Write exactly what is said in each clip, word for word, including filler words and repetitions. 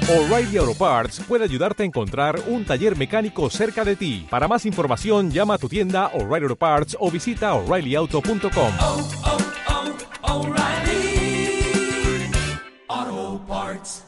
O'Reilly Auto Parts puede ayudarte a encontrar un taller mecánico cerca de ti. Para más información, llama a tu tienda O'Reilly Auto Parts o visita O'Reilly Auto punto com. Oh, oh, oh, O'Reilly Auto Parts.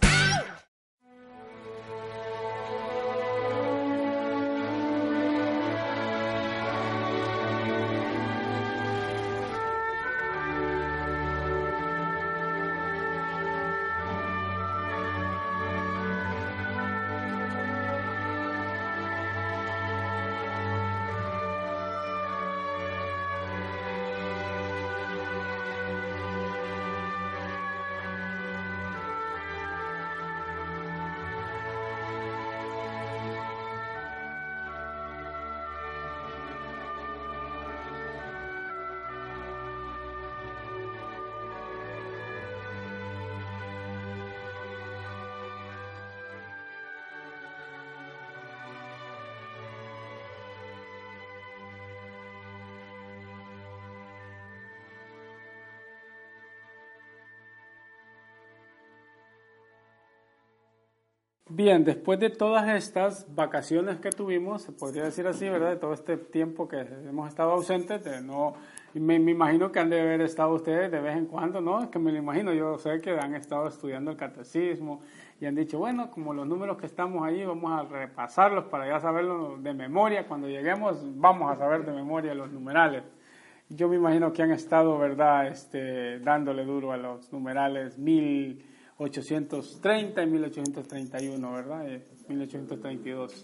Bien, después de todas estas vacaciones que tuvimos, se podría decir así, ¿verdad? De todo este tiempo que hemos estado ausentes, de no, me, me imagino que han de haber estado ustedes de vez en cuando, ¿no? Es que me lo imagino, yo sé que han estado estudiando el catecismo y han dicho, bueno, como los números que estamos ahí, vamos a repasarlos para ya saberlos de memoria. Cuando lleguemos, vamos a saber de memoria los numerales. Yo me imagino que han estado, ¿verdad?, este, dándole duro a los numerales mil ochocientos treinta y mil ochocientos treinta y uno, ¿verdad? Y mil ochocientos treinta y dos.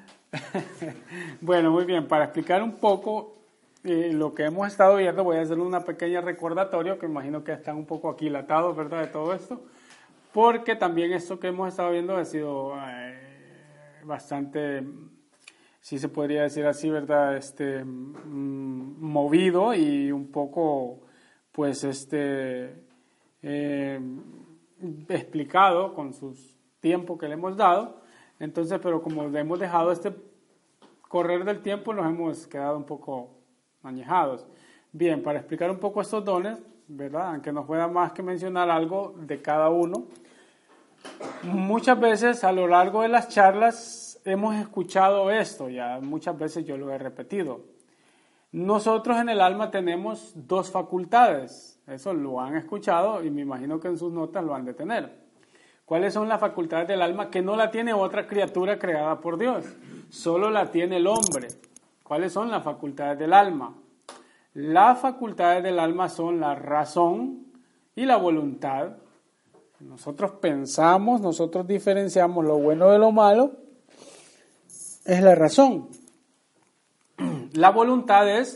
Bueno, muy bien, para explicar un poco eh, lo que hemos estado viendo, voy a hacer una pequeña recordatorio, que imagino que están un poco aquilatados, ¿verdad?, de todo esto, porque también esto que hemos estado viendo ha sido eh, bastante, sí se podría decir así, ¿verdad?, este, mm, movido y un poco, pues, este... Eh, explicado con sus tiempos que le hemos dado. Entonces, pero como le hemos dejado este correr del tiempo, nos hemos quedado un poco añejados. Bien, para explicar un poco estos dones, ¿verdad?, aunque no pueda más que mencionar algo de cada uno, muchas veces a lo largo de las charlas hemos escuchado esto, ya muchas veces yo lo he repetido. Nosotros en el alma tenemos dos facultades. Eso lo han escuchado y me imagino que en sus notas lo han de tener. ¿Cuáles son las facultades del alma que no la tiene otra criatura creada por Dios? Solo la tiene el hombre. ¿Cuáles son las facultades del alma? Las facultades del alma son la razón y la voluntad. Nosotros pensamos, nosotros diferenciamos lo bueno de lo malo. Es la razón. La voluntad es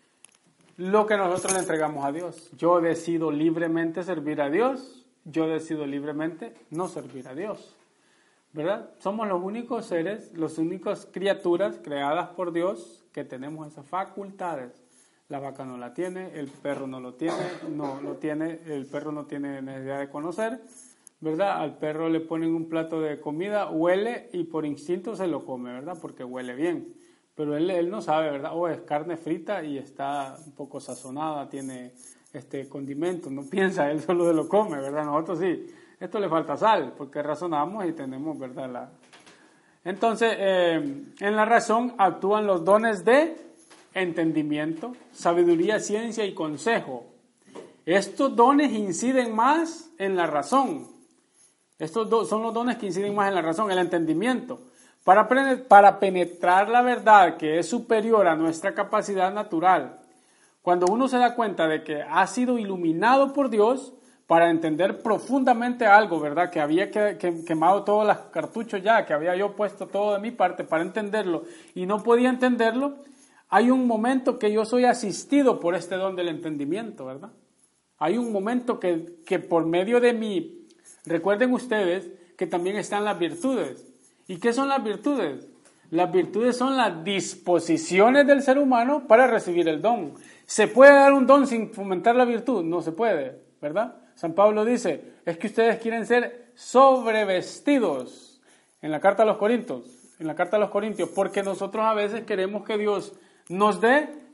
lo que nosotros le entregamos a Dios. Yo decido libremente servir a Dios, yo decido libremente no servir a Dios, ¿verdad? Somos los únicos seres, las únicas criaturas creadas por Dios que tenemos esas facultades. La vaca no la tiene, el perro no lo tiene, no lo tiene, el perro no tiene necesidad de conocer, ¿verdad? Al perro le ponen un plato de comida, huele y por instinto se lo come, ¿verdad? Porque huele bien. Pero él, él no sabe, ¿verdad? Oh, es carne frita y está un poco sazonada, tiene este condimento. No piensa, él solo se lo come, ¿verdad? Nosotros sí. Esto le falta sal, porque razonamos y tenemos, ¿verdad? La... Entonces, eh, en la razón actúan los dones de entendimiento, sabiduría, ciencia y consejo. Estos dones inciden más en la razón. Estos do- son los dones que inciden más en la razón, el entendimiento. Para, para penetrar la verdad que es superior a nuestra capacidad natural. Cuando uno se da cuenta de que ha sido iluminado por Dios para entender profundamente algo, ¿verdad? Que había que, que, quemado todos los cartuchos ya, que había yo puesto todo de mi parte para entenderlo y no podía entenderlo, hay un momento que yo soy asistido por este don del entendimiento, ¿verdad? Hay un momento que, que por medio de mí, recuerden ustedes que también están las virtudes. ¿Y qué son las virtudes? Las virtudes son las disposiciones del ser humano para recibir el don. ¿Se puede dar un don sin fomentar la virtud? No se puede, ¿verdad? San Pablo dice, es que ustedes quieren ser sobrevestidos en la carta a los Corintios, en la carta a los Corintios, porque nosotros a veces queremos que Dios nos dé,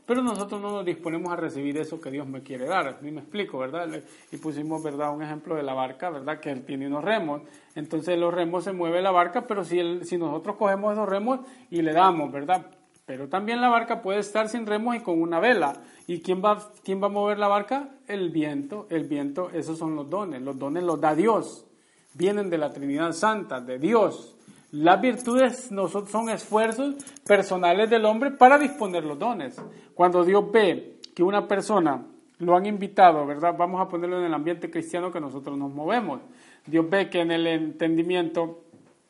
pero nosotros no nos disponemos a recibir eso que Dios me quiere dar. A mí me explico, ¿verdad? Y pusimos, ¿verdad?, un ejemplo de la barca, ¿verdad?, que él tiene unos remos. Entonces los remos se mueve la barca, pero si, él, si nosotros cogemos esos remos y le damos, ¿verdad? Pero también la barca puede estar sin remos y con una vela. ¿Y quién va, quién va a mover la barca? El viento. El viento, esos son los dones. Los dones los da Dios. Vienen de la Trinidad Santa, de Dios. Las virtudes nosotros son esfuerzos personales del hombre para disponer los dones. Cuando Dios ve que una persona lo han invitado, ¿verdad? Vamos a ponerlo en el ambiente cristiano que nosotros nos movemos. Dios ve que en el entendimiento,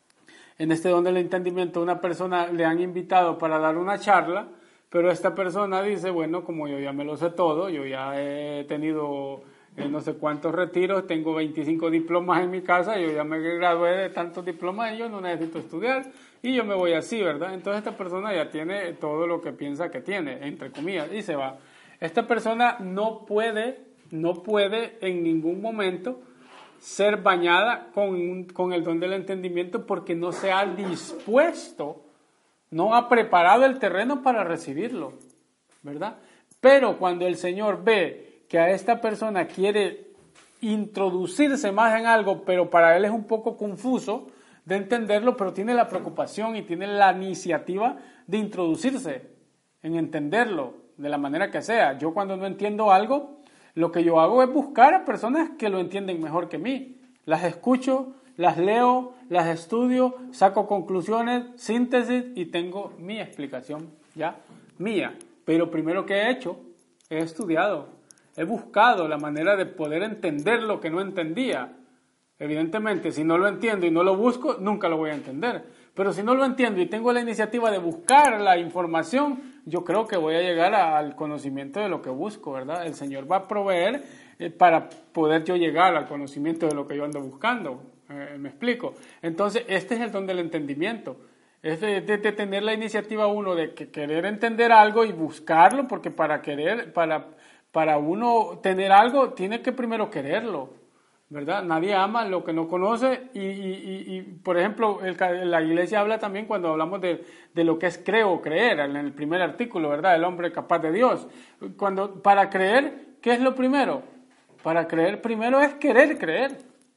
en este don del entendimiento, una persona le han invitado para dar una charla, pero esta persona dice, bueno, como yo ya me lo sé todo, yo ya he tenido eh, no sé cuántos retiros, tengo veinticinco diplomas en mi casa, yo ya me gradué de tantos diplomas y yo no necesito estudiar y yo me voy así, ¿verdad? Entonces esta persona ya tiene todo lo que piensa que tiene, entre comillas, y se va. Esta persona no puede, no puede en ningún momento ser bañada con, con el don del entendimiento porque no se ha dispuesto, no ha preparado el terreno para recibirlo, ¿verdad? Pero cuando el Señor ve que a esta persona quiere introducirse más en algo, pero para él es un poco confuso de entenderlo, pero tiene la preocupación y tiene la iniciativa de introducirse en entenderlo de la manera que sea. Yo cuando no entiendo algo, lo que yo hago es buscar a personas que lo entienden mejor que mí. Las escucho, las leo, las estudio, saco conclusiones, síntesis y tengo mi explicación, ¿ya? Mía. Pero primero que he hecho, he estudiado. He buscado la manera de poder entender lo que no entendía. Evidentemente, si no lo entiendo y no lo busco, nunca lo voy a entender. Pero si no lo entiendo y tengo la iniciativa de buscar la información, yo creo que voy a llegar al conocimiento de lo que busco, ¿verdad? El Señor va a proveer eh, para poder yo llegar al conocimiento de lo que yo ando buscando. Eh, ¿Me explico? Entonces, este es el don del entendimiento. Es de, de, de tener la iniciativa uno de que querer entender algo y buscarlo, porque para querer, para... Para uno tener algo, tiene que primero quererlo, ¿verdad? Nadie ama lo que no conoce y, y, y, y por ejemplo, el, la iglesia habla también cuando hablamos de, de lo que es creo o creer, en el primer artículo, ¿verdad? El hombre capaz de Dios. Cuando, para creer, ¿qué es lo primero? Para creer primero es querer creer,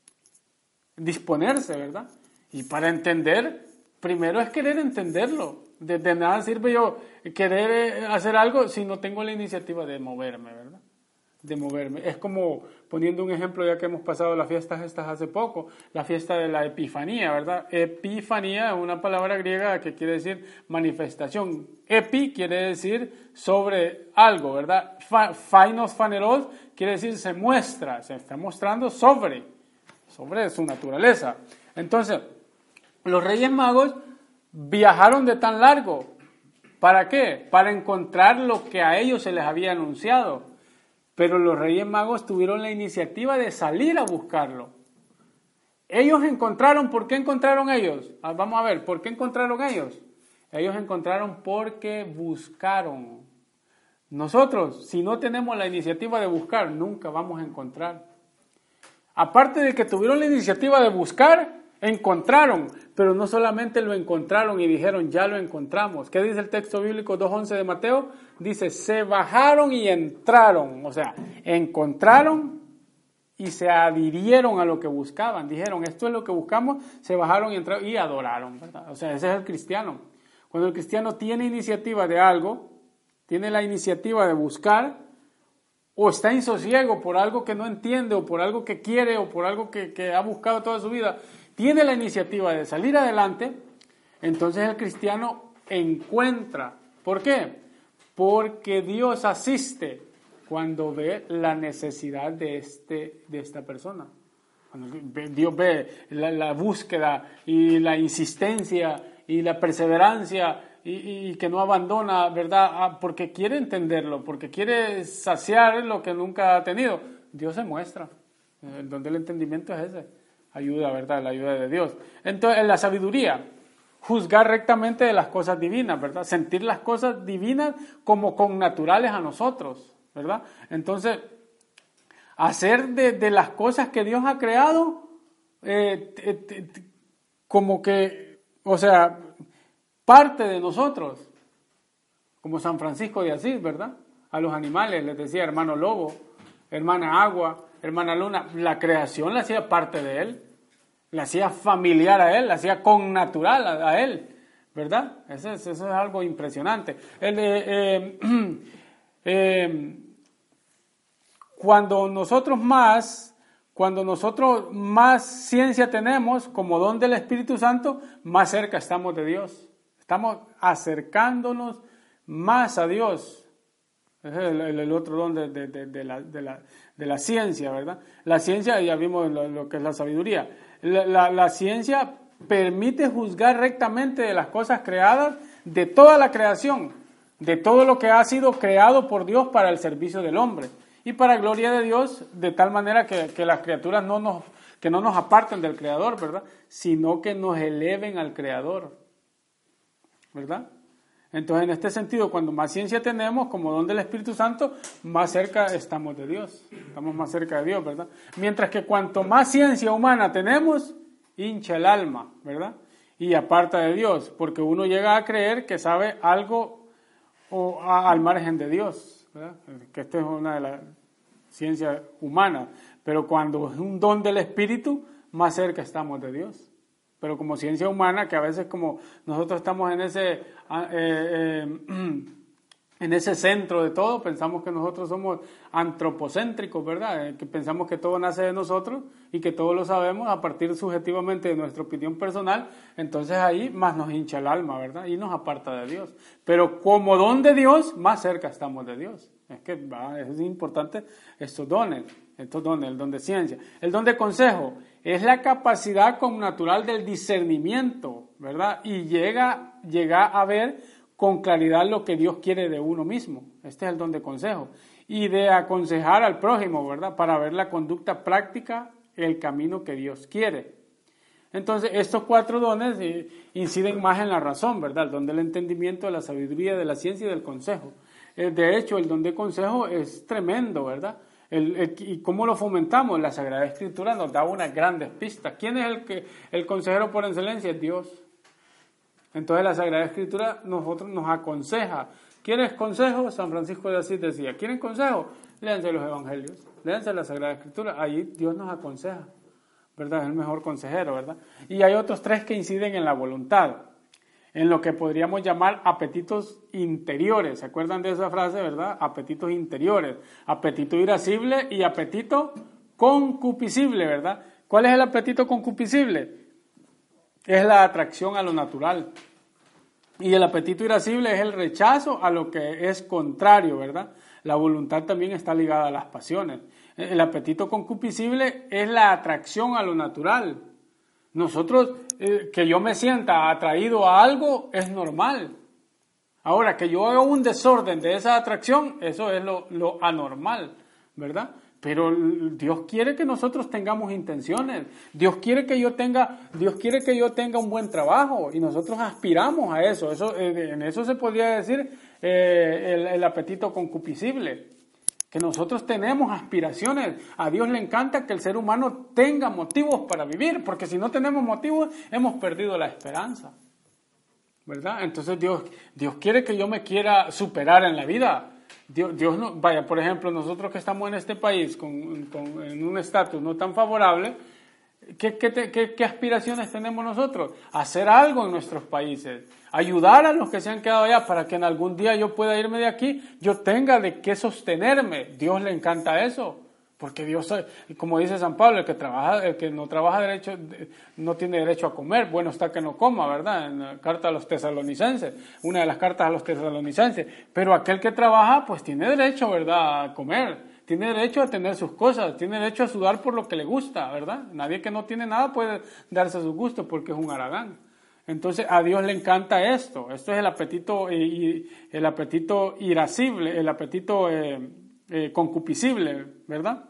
disponerse, ¿verdad? Y para entender, primero es querer entenderlo. De, de nada sirve yo querer hacer algo si no tengo la iniciativa de moverme, ¿verdad? De moverme. Es como, poniendo un ejemplo, ya que hemos pasado las fiestas estas hace poco, la fiesta de la Epifanía, ¿verdad? Epifanía es una palabra griega que quiere decir manifestación. Epi quiere decir sobre algo, ¿verdad? Fa, Phainos faneros quiere decir se muestra, se está mostrando sobre, sobre su naturaleza. Entonces, los Reyes Magos viajaron de tan largo. ¿Para qué? Para encontrar lo que a ellos se les había anunciado. Pero los Reyes Magos tuvieron la iniciativa de salir a buscarlo. Ellos encontraron, ¿por qué encontraron ellos? Ah, vamos a ver, ¿por qué encontraron ellos? Ellos encontraron porque buscaron. Nosotros, si no tenemos la iniciativa de buscar, nunca vamos a encontrar. Aparte de que tuvieron la iniciativa de buscar, encontraron, pero no solamente lo encontraron y dijeron, ya lo encontramos. ¿Qué dice el texto bíblico dos once de Mateo? Dice, se bajaron y entraron. O sea, encontraron y se adhirieron a lo que buscaban. Dijeron, esto es lo que buscamos, se bajaron y entraron y adoraron, ¿verdad? O sea, ese es el cristiano. Cuando el cristiano tiene iniciativa de algo, tiene la iniciativa de buscar, o está insosiego por algo que no entiende, o por algo que quiere, o por algo que, que ha buscado toda su vida, tiene la iniciativa de salir adelante, entonces el cristiano encuentra. ¿Por qué? Porque Dios asiste cuando ve la necesidad de, este, de esta persona. Cuando Dios ve la, la búsqueda y la insistencia y la perseverancia y, y que no abandona, ¿verdad? Porque quiere entenderlo, porque quiere saciar lo que nunca ha tenido. Dios se muestra. El don del entendimiento es ese. Ayuda, ¿verdad? La ayuda de Dios. Entonces, en la sabiduría, juzgar rectamente de las cosas divinas, ¿verdad? Sentir las cosas divinas como connaturales a nosotros, ¿verdad? Entonces, hacer de, de las cosas que Dios ha creado, eh, eh, eh, como que, o sea, parte de nosotros. como San Francisco de Asís, ¿verdad? A los animales les decía hermano lobo, hermana agua, hermana luna. La creación la hacía parte de él, la hacía familiar a él, la hacía connatural a, a él, ¿verdad? Eso es, eso es algo impresionante. El, eh, eh, eh, cuando nosotros más... Cuando nosotros más ciencia tenemos como don del Espíritu Santo, más cerca estamos de Dios. Estamos acercándonos más a Dios. Ese es el, el, el otro don de, de, de, de, la, de, la, de la ciencia, ¿verdad? La ciencia, ya vimos lo, lo que es la sabiduría. La, la, la ciencia permite juzgar rectamente de las cosas creadas, de toda la creación, de todo lo que ha sido creado por Dios para el servicio del hombre. Y para gloria de Dios, de tal manera que, que las criaturas no nos, que no nos aparten del Creador, ¿verdad? Sino que nos eleven al Creador, ¿verdad? Entonces, en este sentido, cuando más ciencia tenemos, como don del Espíritu Santo, más cerca estamos de Dios, estamos más cerca de Dios, ¿verdad? Mientras que cuanto más ciencia humana tenemos, hincha el alma, ¿verdad? Y aparta de Dios, porque uno llega a creer que sabe algo o, a, al margen de Dios, ¿verdad? Que esta es una de las ciencias humanas, pero cuando es un don del Espíritu, más cerca estamos de Dios. Pero como ciencia humana, que a veces como nosotros estamos en ese, eh, eh, en ese centro de todo, pensamos que nosotros somos antropocéntricos, ¿verdad? Eh, que pensamos que todo nace de nosotros y que todo lo sabemos a partir subjetivamente de nuestra opinión personal, entonces ahí más nos hincha el alma, ¿verdad? Y nos aparta de Dios. Pero como don de Dios, más cerca estamos de Dios. Es que va, es importante estos dones, estos dones, el don de ciencia. El don de consejo es la capacidad connatural del discernimiento, ¿verdad? Y llega, llega a ver con claridad lo que Dios quiere de uno mismo. Este es el don de consejo. Y de aconsejar al prójimo, ¿verdad? Para ver la conducta práctica, el camino que Dios quiere. Entonces, estos cuatro dones eh, inciden más en la razón, ¿verdad? El don del entendimiento, de la sabiduría, de la ciencia y del consejo. Eh, de hecho, el don de consejo es tremendo, ¿verdad? El, el, ¿Y cómo lo fomentamos? La Sagrada Escritura nos da unas grandes pistas. ¿Quién es el, que, el consejero por excelencia? Es Dios. Entonces, la Sagrada Escritura nosotros nos aconseja. ¿Quieres consejo? San Francisco de Asís decía, ¿quieren consejo? Léanse los Evangelios, léanse la Sagrada Escritura. Ahí Dios nos aconseja, ¿verdad? Es el mejor consejero, ¿verdad? Y hay otros tres que inciden en la voluntad, en lo que podríamos llamar apetitos interiores. ¿Se acuerdan de esa frase, verdad? Apetitos interiores. Apetito irascible y apetito concupiscible, ¿verdad? ¿Cuál es el apetito concupiscible? Es la atracción a lo natural. Y el apetito irascible es el rechazo a lo que es contrario, ¿verdad? La voluntad también está ligada a las pasiones. El apetito concupiscible es la atracción a lo natural. Nosotros, eh, que yo me sienta atraído a algo es normal. Ahora, que yo haga un desorden de esa atracción, eso es lo, lo anormal, ¿verdad? Pero Dios quiere que nosotros tengamos intenciones. Dios quiere que yo tenga, Dios quiere que yo tenga un buen trabajo y nosotros aspiramos a eso. Eso eh, en eso se podría decir eh, el, el apetito concupiscible. Que nosotros tenemos aspiraciones. A Dios le encanta que el ser humano tenga motivos para vivir, porque si no tenemos motivos, hemos perdido la esperanza, ¿verdad? Entonces Dios, Dios quiere que yo me quiera superar en la vida. Dios, Dios no, vaya, por ejemplo, nosotros que estamos en este país con, con, en un estatus no tan favorable, ¿qué, qué, te, qué, ¿qué aspiraciones tenemos nosotros? Hacer algo en nuestros países, ayudar a los que se han quedado allá para que en algún día yo pueda irme de aquí, yo tenga de qué sostenerme. Dios le encanta eso, porque Dios, como dice San Pablo, el que trabaja, el que no trabaja derecho, no tiene derecho a comer, bueno está que no coma, ¿verdad? En la carta a los tesalonicenses, una de las cartas a los tesalonicenses, pero aquel que trabaja, pues tiene derecho, ¿verdad?, a comer, tiene derecho a tener sus cosas, tiene derecho a sudar por lo que le gusta, ¿verdad? Nadie que no tiene nada puede darse sus gustos porque es un haragán. Entonces a Dios le encanta esto, esto es el apetito, eh, el apetito irascible, el apetito eh, eh, concupiscible, ¿verdad?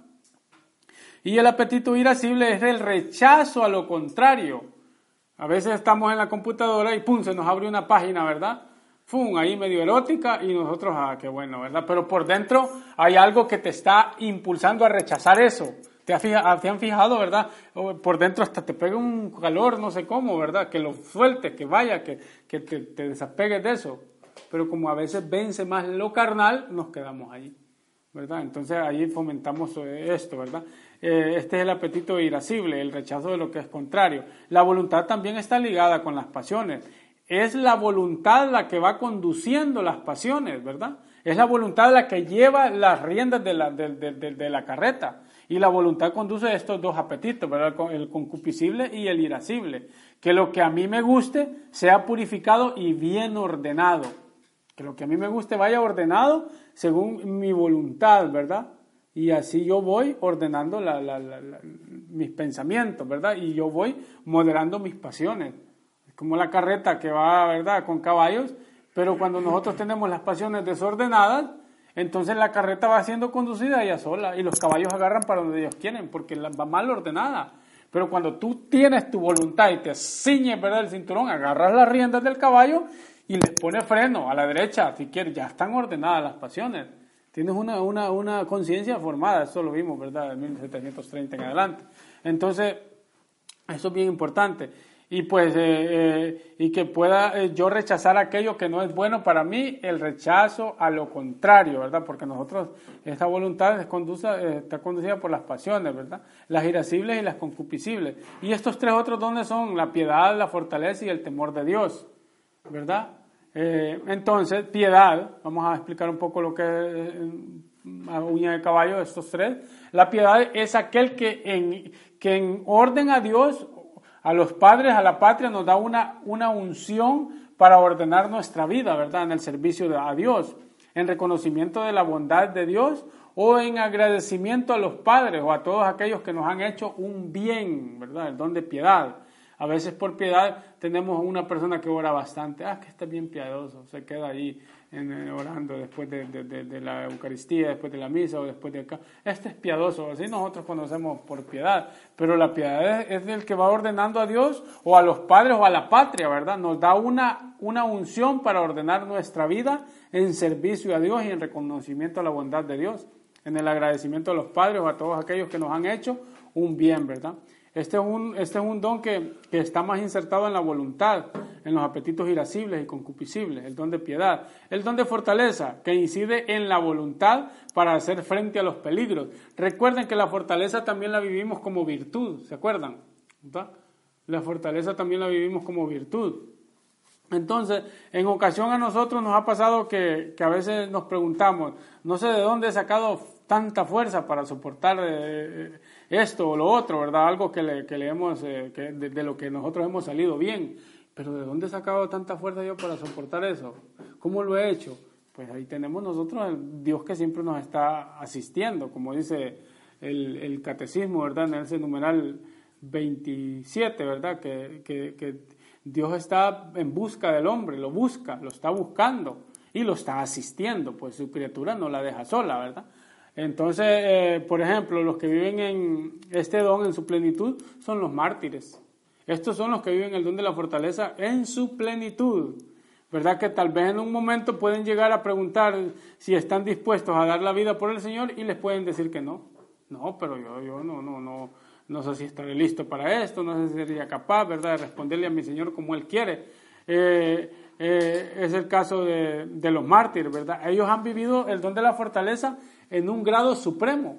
Y el apetito irascible es el rechazo a lo contrario. A veces estamos en la computadora y pum, se nos abre una página, ¿verdad? Pum, ahí medio erótica y nosotros, ah, qué bueno, ¿verdad? Pero por dentro hay algo que te está impulsando a rechazar eso. ¿Te, fija, ¿Te han fijado, verdad? Por dentro hasta te pega un calor, no sé cómo, ¿verdad? Que lo sueltes, que vaya, que, que te, te desapegues de eso. pero como a veces vence más lo carnal, nos quedamos allí, ¿verdad? Entonces ahí fomentamos esto, ¿verdad? Eh, este es el apetito irascible, el rechazo de lo que es contrario. La voluntad también está ligada con las pasiones. Es la voluntad la que va conduciendo las pasiones, ¿verdad? Es la voluntad la que lleva las riendas de la, de, de, de, de la carreta. Y la voluntad conduce estos dos apetitos, ¿verdad? El concupiscible y el irascible. Que lo que a mí me guste sea purificado y bien ordenado. Que lo que a mí me guste vaya ordenado según mi voluntad, ¿verdad? Y así yo voy ordenando la, la, la, la, mis pensamientos, ¿verdad? Y yo voy moderando mis pasiones. Es como la carreta que va, ¿verdad?, con caballos, pero cuando nosotros tenemos las pasiones desordenadas, entonces la carreta va siendo conducida ella sola y los caballos agarran para donde ellos quieren porque va mal ordenada. Pero cuando tú tienes tu voluntad y te ciñes, ¿verdad?, el cinturón, agarras las riendas del caballo y les pones freno a la derecha, si quieres, ya están ordenadas las pasiones. Tienes una, una, una conciencia formada, eso lo vimos, ¿verdad?, de mil setecientos treinta en adelante. Entonces, eso es bien importante. Y pues, eh, eh, y que pueda eh, yo rechazar aquello que no es bueno para mí, el rechazo a lo contrario, ¿verdad? Porque nosotros, esta voluntad es conducida, eh, está conducida por las pasiones, ¿verdad? Las irascibles y las concupiscibles. Y estos tres otros dones son la piedad, la fortaleza y el temor de Dios, ¿verdad? Eh, entonces, piedad, vamos a explicar un poco lo que es eh, a uña de caballo, estos tres. La piedad es aquel que en, que en orden a Dios, a los padres, a la patria, nos da una, una unción para ordenar nuestra vida, ¿verdad?, en el servicio de, a Dios, en reconocimiento de la bondad de Dios o en agradecimiento a los padres o a todos aquellos que nos han hecho un bien, ¿verdad?, el don de piedad. A veces por piedad tenemos una persona que ora bastante, ah, que está bien piadoso, se queda ahí en, orando después de, de, de, de la Eucaristía, después de la misa o después de acá. Este es piadoso, así nosotros conocemos por piedad, pero la piedad es, es del que va ordenando a Dios o a los padres o a la patria, ¿verdad? Nos da una, una unción para ordenar nuestra vida en servicio a Dios y en reconocimiento a la bondad de Dios, en el agradecimiento a los padres o a todos aquellos que nos han hecho un bien, ¿verdad? Este es un, este es un don que, que está más insertado en la voluntad, en los apetitos irascibles y concupiscibles, el don de piedad. El don de fortaleza, que incide en la voluntad para hacer frente a los peligros. Recuerden que la fortaleza también la vivimos como virtud, ¿se acuerdan? ¿Verdad? La fortaleza también la vivimos como virtud. Entonces, en ocasión a nosotros nos ha pasado que, que a veces nos preguntamos, no sé de dónde he sacado tanta fuerza para soportar eh, esto o lo otro, ¿verdad? Algo que le, que le hemos, eh, que de, de lo que nosotros hemos salido bien. Pero ¿de dónde he sacado tanta fuerza yo para soportar eso? ¿Cómo lo he hecho? Pues ahí tenemos nosotros el Dios que siempre nos está asistiendo, como dice el, el catecismo, ¿verdad? En ese numeral veintisiete, ¿verdad? Que, que, que Dios está en busca del hombre, lo busca, lo está buscando y lo está asistiendo, pues su criatura no la deja sola, ¿verdad? Entonces, eh, por ejemplo, los que viven en este don en su plenitud son los mártires. Estos son los que viven el don de la fortaleza en su plenitud, ¿verdad? Que tal vez en un momento pueden llegar a preguntar si están dispuestos a dar la vida por el Señor y les pueden decir que no. No, pero yo, yo no, no, no, no sé si estaré listo para esto, no sé si sería capaz, ¿verdad?, de responderle a mi Señor como Él quiere. Eh, eh, es el caso de, de los mártires, ¿verdad? Ellos han vivido el don de la fortaleza en un grado supremo.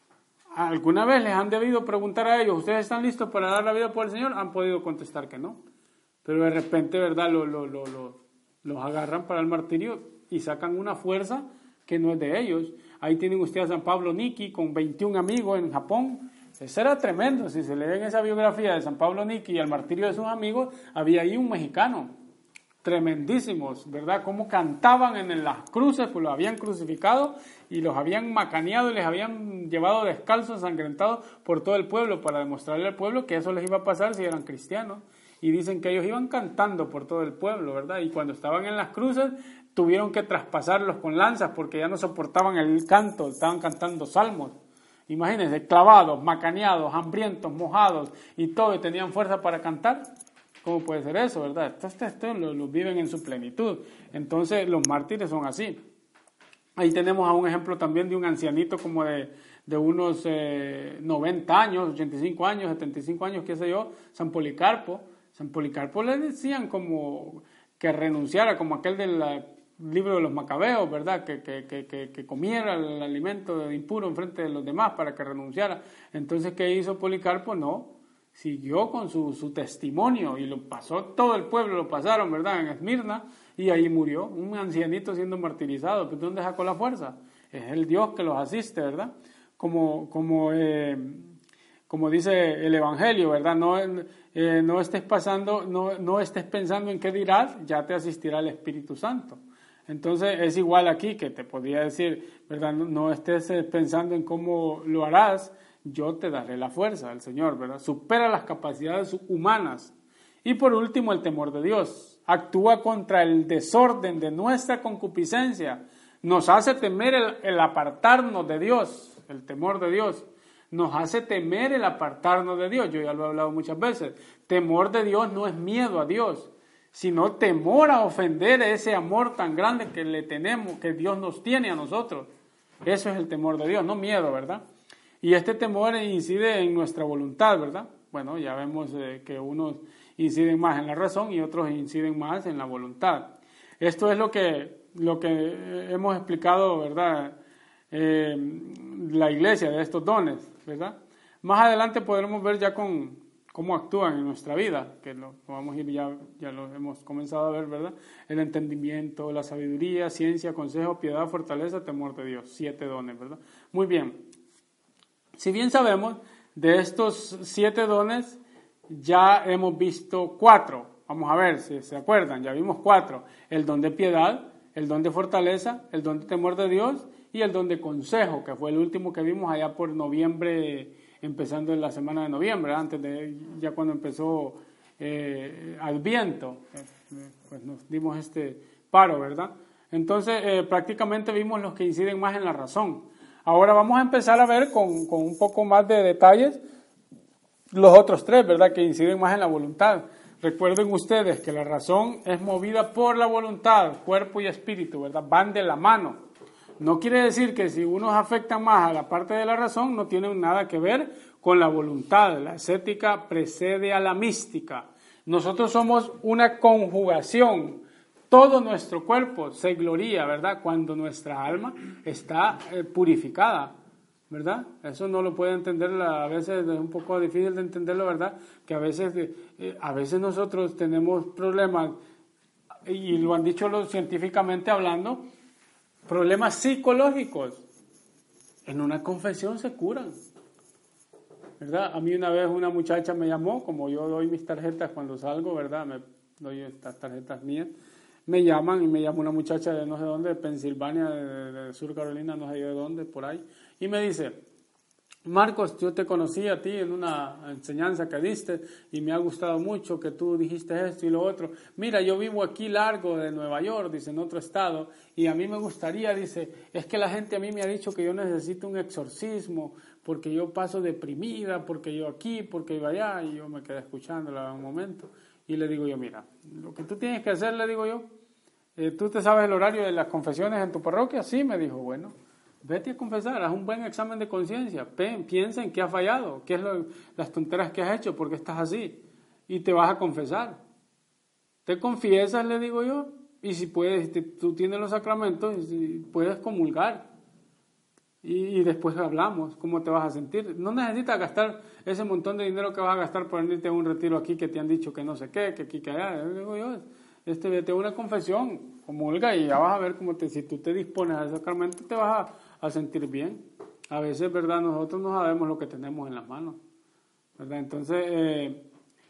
¿Alguna vez les han debido preguntar a ellos, ¿ustedes están listos para dar la vida por el Señor? Han podido contestar que no. Pero de repente, ¿verdad?, lo, lo, lo, lo, los agarran para el martirio y sacan una fuerza que no es de ellos. Ahí tienen ustedes a San Pablo Niki con veintiún amigos en Japón. Eso era tremendo. Si se leen esa biografía de San Pablo Niki y el martirio de sus amigos, había ahí un mexicano. Tremendísimos, ¿verdad? Cómo cantaban en las cruces, pues los habían crucificado y los habían macaneado y les habían llevado descalzos, ensangrentados por todo el pueblo para demostrarle al pueblo que eso les iba a pasar si eran cristianos. Y dicen que ellos iban cantando por todo el pueblo, ¿verdad? Y cuando estaban en las cruces tuvieron que traspasarlos con lanzas porque ya no soportaban el canto, estaban cantando salmos. Imagínense, clavados, macaneados, hambrientos, mojados y todo, y tenían fuerza para cantar. ¿Cómo puede ser eso, verdad? Esto, esto lo, lo viven en su plenitud. Entonces los mártires son así. Ahí tenemos a un ejemplo también de un ancianito como de, de unos eh, noventa años, ochenta y cinco años, setenta y cinco años, qué sé yo, San Policarpo. San Policarpo le decían como que renunciara, como aquel de la libro de los Macabeos, ¿verdad? Que, que, que, que, que comiera el alimento impuro en frente de los demás para que renunciara. Entonces, ¿qué hizo Policarpo? No, siguió con su, su testimonio y lo pasó todo el pueblo, lo pasaron, ¿verdad? En Esmirna, y ahí murió, un ancianito siendo martirizado. ¿Pues dónde sacó la fuerza? Es el Dios que los asiste, ¿verdad? Como, como, eh, como dice el Evangelio, ¿verdad? No, eh, no estés pasando, no, no estés pensando en qué dirás, ya te asistirá el Espíritu Santo. Entonces es igual aquí, que te podría decir, ¿verdad? No, no estés pensando en cómo lo harás, yo te daré la fuerza del Señor, ¿verdad? Supera las capacidades humanas. Y por último, el temor de Dios. Actúa contra el desorden de nuestra concupiscencia. Nos hace temer el, el apartarnos de Dios, el temor de Dios. Nos hace temer el apartarnos de Dios. Yo ya lo he hablado muchas veces. Temor de Dios no es miedo a Dios, sino temor a ofender ese amor tan grande que le tenemos, que Dios nos tiene a nosotros. Eso es el temor de Dios, no miedo, ¿verdad? Y este temor incide en nuestra voluntad, ¿verdad? Bueno, ya vemos eh, que unos inciden más en la razón y otros inciden más en la voluntad. Esto es lo que, lo que hemos explicado, ¿verdad? Eh, la iglesia de estos dones, ¿verdad? Más adelante podremos ver ya con cómo actúan en nuestra vida, que lo, lo vamos a ir ya, ya lo hemos comenzado a ver, ¿verdad? El entendimiento, la sabiduría, ciencia, consejo, piedad, fortaleza, temor de Dios. Siete dones, ¿verdad? Muy bien. Si bien sabemos, de estos siete dones ya hemos visto cuatro. Vamos a ver si se acuerdan, ya vimos cuatro. El don de piedad, el don de fortaleza, el don de temor de Dios y el don de consejo, que fue el último que vimos allá por noviembre, empezando en la semana de noviembre, antes de ya cuando empezó eh, Adviento, pues nos dimos este paro, ¿verdad? Entonces eh, prácticamente vimos los que inciden más en la razón. Ahora vamos a empezar a ver con, con un poco más de detalles los otros tres, ¿verdad? Que inciden más en la voluntad. Recuerden ustedes que la razón es movida por la voluntad, cuerpo y espíritu, ¿verdad? Van de la mano. No quiere decir que si unos afectan más a la parte de la razón, no tienen nada que ver con la voluntad. La ascética precede a la mística. Nosotros somos una conjugación. Todo nuestro cuerpo se gloría, ¿verdad? Cuando nuestra alma está eh, purificada, ¿verdad? Eso no lo puede entender, a veces es un poco difícil de entenderlo, ¿verdad? Que a veces, eh, a veces nosotros tenemos problemas, y lo han dicho los científicamente hablando, problemas psicológicos. En una confesión se curan, ¿verdad? A mí una vez una muchacha me llamó, como yo doy mis tarjetas cuando salgo, ¿verdad? Me doy estas tarjetas mías. Me llaman y me llama una muchacha de no sé dónde, de Pensilvania, de, de Sur Carolina, no sé de dónde, por ahí, y me dice, Marcos, yo te conocí a ti en una enseñanza que diste y me ha gustado mucho que tú dijiste esto y lo otro. Mira, yo vivo aquí largo de Nueva York, dice, en otro estado, y a mí me gustaría, dice, es que la gente a mí me ha dicho que yo necesito un exorcismo porque yo paso deprimida, porque yo aquí, porque yo allá, y yo me quedé escuchándola un momento. Y le digo yo, mira, lo que tú tienes que hacer, le digo yo, eh, ¿tú te sabes el horario de las confesiones en tu parroquia? Sí, me dijo, bueno, vete a confesar, haz un buen examen de conciencia, piensa en qué has fallado, qué es lo, las tonteras que has hecho, por qué estás así, y te vas a confesar. Te confiesas, le digo yo, y si puedes, te, tú tienes los sacramentos, puedes comulgar. Y, y después hablamos, ¿cómo te vas a sentir? No necesitas gastar ese montón de dinero que vas a gastar por irte a un retiro aquí que te han dicho que no sé qué, que aquí, que allá. Digo yo, este, vete a una confesión, comulga y ya vas a ver cómo te, si tú te dispones al sacramento te vas a, a sentir bien. A veces, ¿verdad? Nosotros no sabemos lo que tenemos en las manos, ¿verdad? Entonces, eh,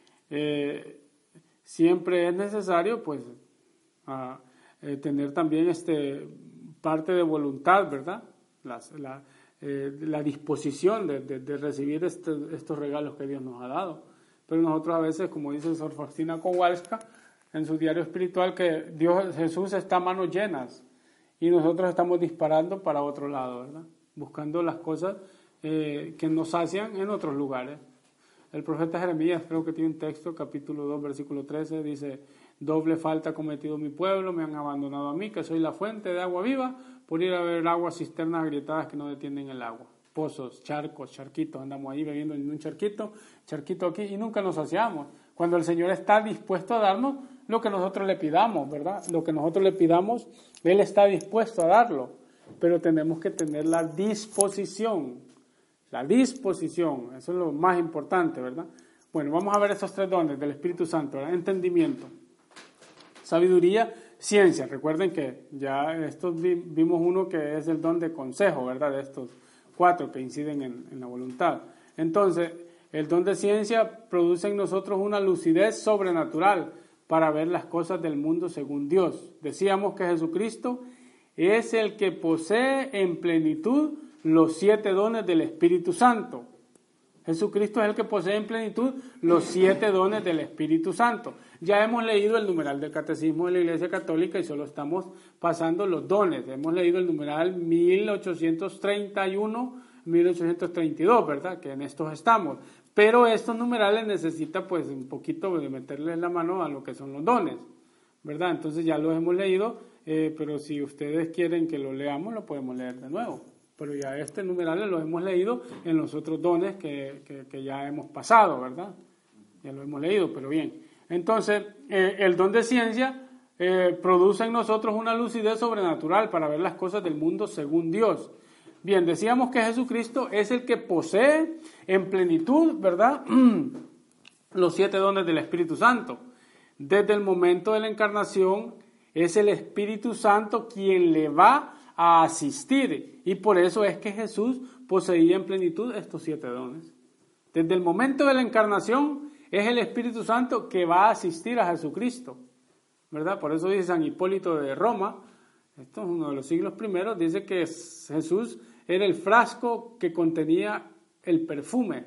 eh, siempre es necesario, pues, a, eh, tener también este parte de voluntad, ¿verdad? Las, la, eh, la disposición de, de, de recibir este, estos regalos que Dios nos ha dado. Pero nosotros a veces, como dice Sor Faustina Kowalska en su diario espiritual, que Dios, Jesús está a manos llenas y nosotros estamos disparando para otro lado, ¿verdad? Buscando las cosas eh, que nos sacian en otros lugares. El profeta Jeremías, creo que tiene un texto, capítulo dos, versículo trece, dice, doble falta ha cometido mi pueblo, me han abandonado a mí, que soy la fuente de agua viva, por ir a ver aguas, cisternas agrietadas que no detienen el agua. Pozos, charcos, charquitos, andamos ahí bebiendo en un charquito, charquito aquí, y nunca nos saciamos. Cuando el Señor está dispuesto a darnos, lo que nosotros le pidamos, ¿verdad? Lo que nosotros le pidamos, Él está dispuesto a darlo, pero tenemos que tener la disposición, la disposición, eso es lo más importante, ¿verdad? Bueno, vamos a ver estos tres dones del Espíritu Santo, ¿verdad? Entendimiento, sabiduría, ciencia. Recuerden que ya estos vi, vimos uno que es el don de consejo, ¿verdad? De estos cuatro que inciden en, en la voluntad. Entonces, el don de ciencia produce en nosotros una lucidez sobrenatural para ver las cosas del mundo según Dios. Decíamos que Jesucristo es el que posee en plenitud los siete dones del Espíritu Santo. Jesucristo es el que posee en plenitud los siete dones del Espíritu Santo. Ya hemos leído el numeral del Catecismo de la Iglesia Católica y solo estamos pasando los dones. Hemos leído el numeral mil ochocientos treinta y uno, mil ochocientos treinta y dos, ¿verdad? Que en estos estamos. Pero estos numerales necesitan pues un poquito de meterles la mano a lo que son los dones, ¿verdad? Entonces ya los hemos leído, eh, pero si ustedes quieren que lo leamos, lo podemos leer de nuevo. Pero ya este numeral lo hemos leído en los otros dones que, que, que ya hemos pasado, ¿verdad? Ya lo hemos leído, pero bien. Entonces, eh, el don de ciencia eh, produce en nosotros una lucidez sobrenatural para ver las cosas del mundo según Dios. Bien, decíamos que Jesucristo es el que posee en plenitud, ¿verdad?, los siete dones del Espíritu Santo. Desde el momento de la encarnación es el Espíritu Santo quien le va a asistir, y por eso es que Jesús poseía en plenitud estos siete dones. Desde el momento de la encarnación es el Espíritu Santo que va a asistir a Jesucristo, ¿verdad? Por eso dice San Hipólito de Roma, esto es uno de los siglos primeros, dice que Jesús era el frasco que contenía el perfume,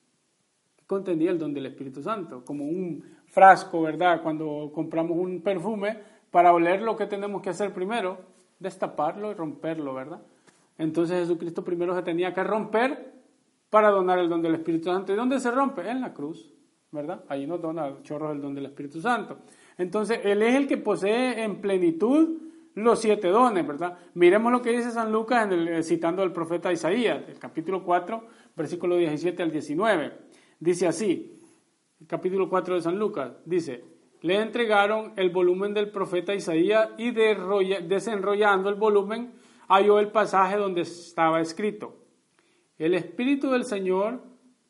que contenía el don del Espíritu Santo, como un frasco, ¿verdad? Cuando compramos un perfume, para oler lo que tenemos que hacer primero, destaparlo y romperlo, ¿verdad? Entonces Jesucristo primero se tenía que romper para donar el don del Espíritu Santo. ¿Y dónde se rompe? En la cruz, ¿verdad? Ahí nos dona chorros el don del Espíritu Santo. Entonces Él es el que posee en plenitud los siete dones, ¿verdad? Miremos lo que dice San Lucas en el, citando al profeta Isaías, el capítulo cuatro, versículo diecisiete al diecinueve. Dice así, el capítulo cuatro de San Lucas, dice: le entregaron el volumen del profeta Isaías y desenrollando el volumen halló el pasaje donde estaba escrito: el Espíritu del Señor,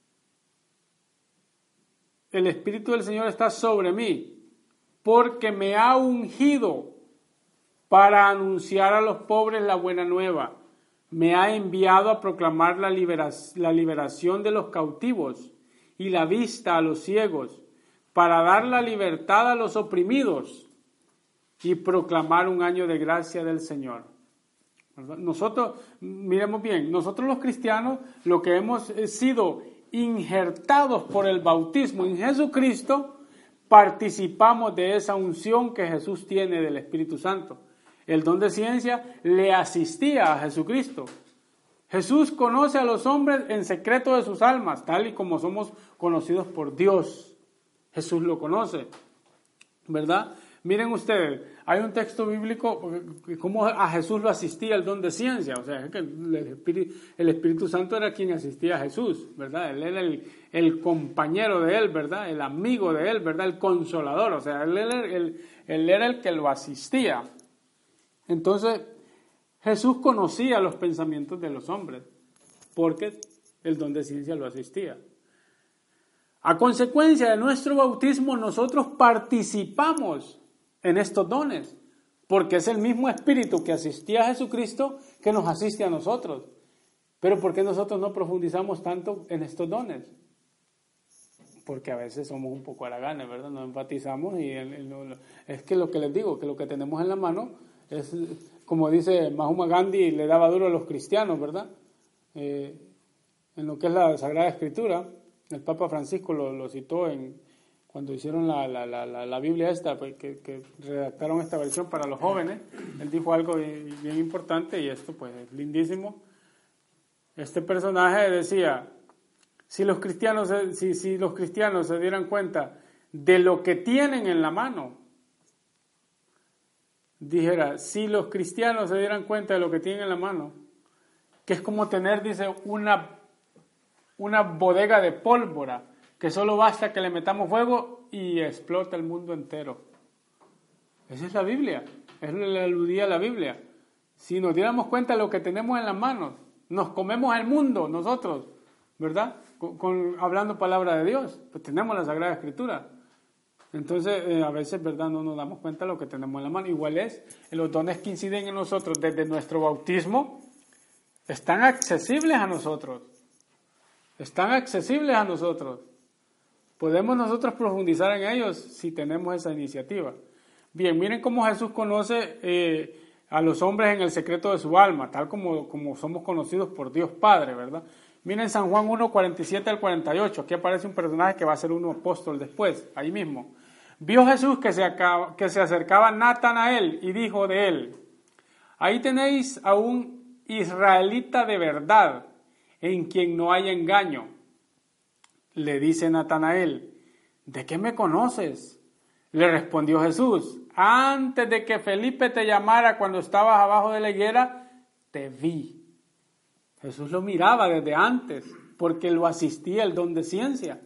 el Espíritu del Señor está sobre mí, porque me ha ungido para anunciar a los pobres la buena nueva. Me ha enviado a proclamar la, libera- la liberación de los cautivos y la vista a los ciegos, para dar la libertad a los oprimidos y proclamar un año de gracia del Señor. ¿Verdad? Nosotros, miremos bien, nosotros los cristianos, lo que hemos sido injertados por el bautismo en Jesucristo, participamos de esa unción que Jesús tiene del Espíritu Santo. El don de ciencia le asistía a Jesucristo. Jesús conoce a los hombres en secreto de sus almas, tal y como somos conocidos por Dios. Jesús lo conoce, ¿verdad? Miren ustedes, hay un texto bíblico cómo a Jesús lo asistía el don de ciencia, o sea, que el Espíritu, el Espíritu Santo era quien asistía a Jesús, ¿verdad? Él era el, el compañero de él, ¿verdad? El amigo de él, ¿verdad? El consolador, o sea, él era el, él era el que lo asistía. Entonces, Jesús conocía los pensamientos de los hombres, porque el don de ciencia lo asistía. A consecuencia de nuestro bautismo, nosotros participamos en estos dones, porque es el mismo Espíritu que asistía a Jesucristo que nos asiste a nosotros. Pero ¿por qué nosotros no profundizamos tanto en estos dones? Porque a veces somos un poco haraganes, ¿verdad? Nos enfatizamos y el, el, el, es que lo que les digo, que lo que tenemos en la mano es, como dice Mahatma Gandhi, le daba duro a los cristianos, ¿verdad? Eh, en lo que es la Sagrada Escritura. El Papa Francisco lo, lo citó en, cuando hicieron la, la, la, la Biblia esta, pues, que, que redactaron esta versión para los jóvenes. Él dijo algo bien, bien importante y esto pues es lindísimo. Este personaje decía, si los cristianos, si, si los cristianos se dieran cuenta de lo que tienen en la mano, dijera, si los cristianos se dieran cuenta de lo que tienen en la mano, que es como tener, dice, una una bodega de pólvora, que solo basta que le metamos fuego y explota el mundo entero. Esa es la Biblia, es lo que le aludía a la Biblia. Si nos diéramos cuenta de lo que tenemos en las manos, nos comemos el mundo nosotros, ¿verdad? Con, con, hablando palabra de Dios, pues tenemos la Sagrada Escritura. Entonces, eh, a veces, ¿verdad? No nos damos cuenta de lo que tenemos en la mano. Igual es, los dones que inciden en nosotros desde nuestro bautismo, están accesibles a nosotros. Están accesibles a nosotros. Podemos nosotros profundizar en ellos si tenemos esa iniciativa. Bien, miren cómo Jesús conoce eh, a los hombres en el secreto de su alma, tal como, como somos conocidos por Dios Padre, ¿verdad? Miren San Juan uno, cuarenta y siete al cuarenta y ocho. Aquí aparece un personaje que va a ser un apóstol después, ahí mismo. Vio Jesús que se, acaba, que se acercaba Natanael y dijo de él: ahí tenéis a un israelita de verdad, en quien no hay engaño. Le dice Natanael: ¿de qué me conoces? Le respondió Jesús: antes de que Felipe te llamara cuando estabas abajo de la higuera, te vi. Jesús lo miraba desde antes, porque lo asistía el don de ciencia,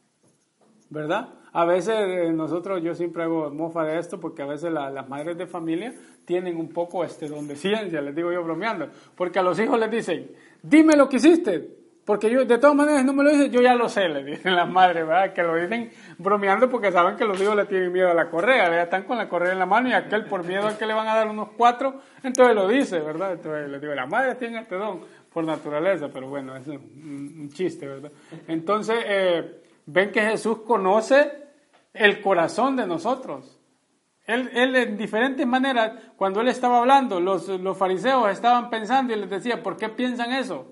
¿verdad? A veces nosotros, yo siempre hago mofa de esto, porque a veces la, las madres de familia tienen un poco este don de ciencia, les digo yo bromeando, porque a los hijos les dicen: dime lo que hiciste, porque yo de todas maneras no me lo dices, yo ya lo sé, le dicen las madres, ¿verdad? Que lo dicen bromeando porque saben que los hijos le tienen miedo a la correa, ya están con la correa en la mano y aquel por miedo a que le van a dar unos cuatro, entonces lo dice, ¿verdad? Entonces les digo, las madres tienen este don por naturaleza, pero bueno, es un, un chiste, ¿verdad? Entonces, eh, ven que Jesús conoce el corazón de nosotros. Él, él en diferentes maneras, cuando él estaba hablando, los, los fariseos estaban pensando y les decía: ¿por qué piensan eso?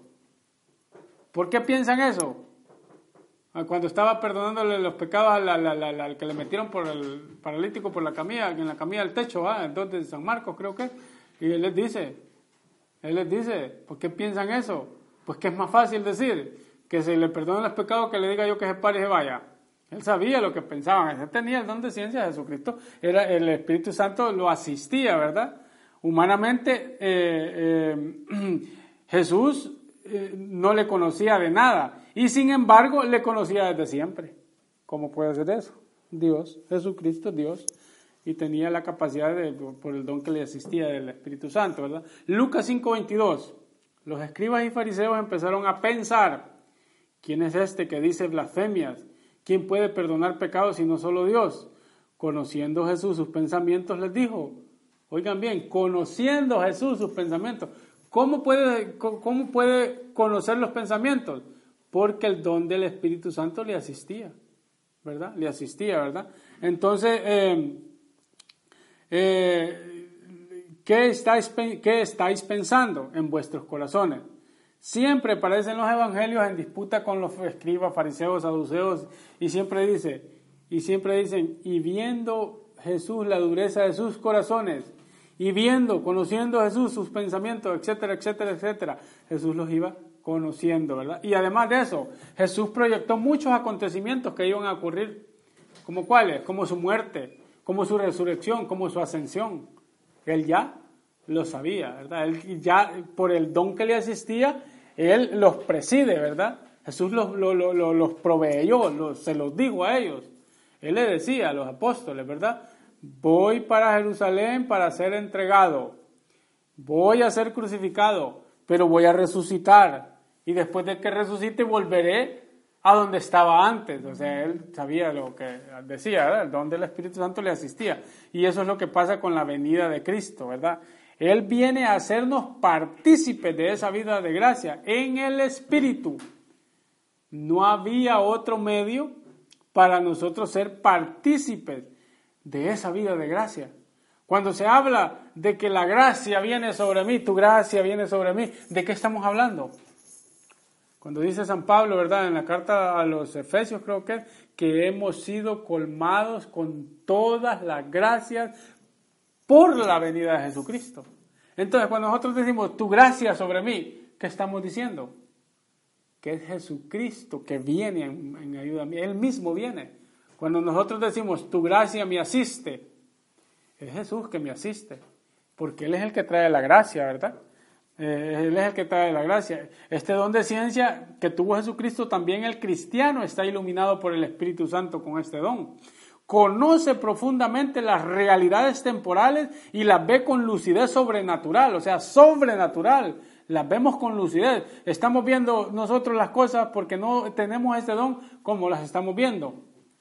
¿Por qué piensan eso? Cuando estaba perdonándole los pecados al, al, al, al que le metieron por el paralítico por la camilla, en la camilla del techo, ¿ah? Entonces San Marcos creo que, y él les dice, él les dice, ¿por qué piensan eso? Pues que es más fácil decir que se le perdonen los pecados que le diga yo que se pare y se vaya. Él sabía lo que pensaban, él tenía el don de ciencia de Jesucristo, era, el Espíritu Santo lo asistía, ¿verdad? Humanamente, eh, eh, Jesús eh, no le conocía de nada, y sin embargo le conocía desde siempre. ¿Cómo puede ser eso? Dios, Jesucristo, Dios, y tenía la capacidad de, por el don que le asistía del Espíritu Santo, ¿verdad? Lucas cinco veintidós, los escribas y fariseos empezaron a pensar: ¿quién es este que dice blasfemias? ¿Quién puede perdonar pecados sino solo Dios? Conociendo Jesús sus pensamientos, les dijo, oigan bien, conociendo Jesús sus pensamientos, ¿cómo puede, cómo puede conocer los pensamientos? Porque el don del Espíritu Santo le asistía, ¿verdad? Le asistía, ¿verdad? Entonces, eh, eh, ¿qué estáis, qué estáis pensando en vuestros corazones? Siempre aparecen los evangelios en disputa con los escribas, fariseos, saduceos, y siempre dice, y siempre dicen, y viendo Jesús la dureza de sus corazones, y viendo, conociendo a Jesús sus pensamientos, etcétera, etcétera, etcétera, Jesús los iba conociendo, ¿verdad? Y además de eso, Jesús proyectó muchos acontecimientos que iban a ocurrir, como cuáles, como su muerte, como su resurrección, como su ascensión. Él ya lo sabía, ¿verdad? Él ya, por el don que le asistía, Él los preside, ¿verdad? Jesús los, los, los, los proveyó, los, se los dijo a ellos. Él le decía a los apóstoles, ¿verdad? Voy para Jerusalén para ser entregado, voy a ser crucificado, pero voy a resucitar, y después de que resucite volveré a donde estaba antes. O sea, él sabía lo que decía, ¿verdad? El don del Espíritu Santo le asistía, y eso es lo que pasa con la venida de Cristo, ¿verdad? Él viene a hacernos partícipes de esa vida de gracia en el Espíritu. No había otro medio para nosotros ser partícipes de esa vida de gracia. Cuando se habla de que la gracia viene sobre mí, tu gracia viene sobre mí, ¿de qué estamos hablando? Cuando dice San Pablo, ¿verdad? En la carta a los Efesios creo que es, que hemos sido colmados con todas las gracias por la venida de Jesucristo. Entonces, cuando nosotros decimos tu gracia sobre mí, ¿qué estamos diciendo? Que es Jesucristo que viene en, en ayuda a mí. Él mismo viene. Cuando nosotros decimos tu gracia me asiste, es Jesús que me asiste, porque Él es el que trae la gracia, ¿verdad? Eh, él es el que trae la gracia. Este don de ciencia que tuvo Jesucristo, también el cristiano está iluminado por el Espíritu Santo con este don. conoce profundamente las realidades temporales y las ve con lucidez sobrenatural, o sea, sobrenatural. Las vemos con lucidez. Estamos viendo nosotros las cosas porque no tenemos ese don como las estamos viendo.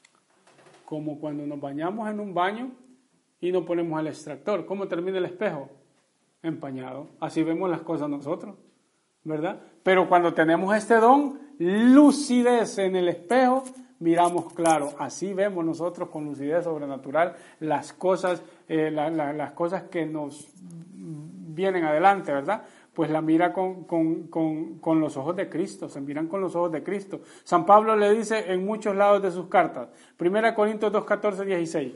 Como cuando nos bañamos en un baño y no ponemos el extractor. ¿Cómo termina el espejo? Empañado. Así vemos las cosas nosotros, ¿verdad? Pero cuando tenemos este don, lucidez en el espejo, miramos claro. Así vemos nosotros con lucidez sobrenatural las cosas, eh, la, la, las cosas que nos vienen adelante, ¿verdad? Pues la mira con, con, con, con los ojos de Cristo, se miran con los ojos de Cristo. San Pablo le dice en muchos lados de sus cartas, primera Corintios dos, catorce, dieciséis,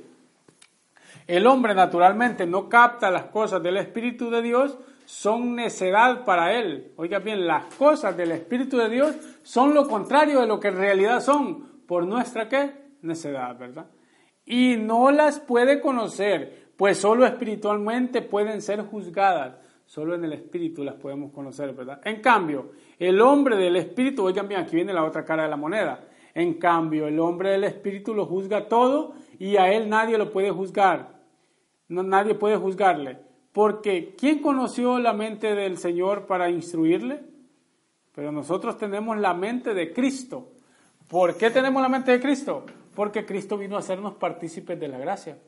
el hombre naturalmente no capta las cosas del Espíritu de Dios, son necedad para él. Oiga bien, las cosas del Espíritu de Dios son lo contrario de lo que en realidad son, por nuestra ¿qué? Necedad, ¿verdad? Y no las puede conocer, pues solo espiritualmente pueden ser juzgadas. Solo en el Espíritu las podemos conocer, ¿verdad? En cambio, el hombre del Espíritu, oigan bien, aquí viene la otra cara de la moneda. En cambio, el hombre del Espíritu lo juzga todo y a él nadie lo puede juzgar. No, nadie puede juzgarle. Porque ¿quién conoció la mente del Señor para instruirle? Pero nosotros tenemos la mente de Cristo. ¿Por qué tenemos la mente de Cristo? Porque Cristo vino a hacernos partícipes de la gracia.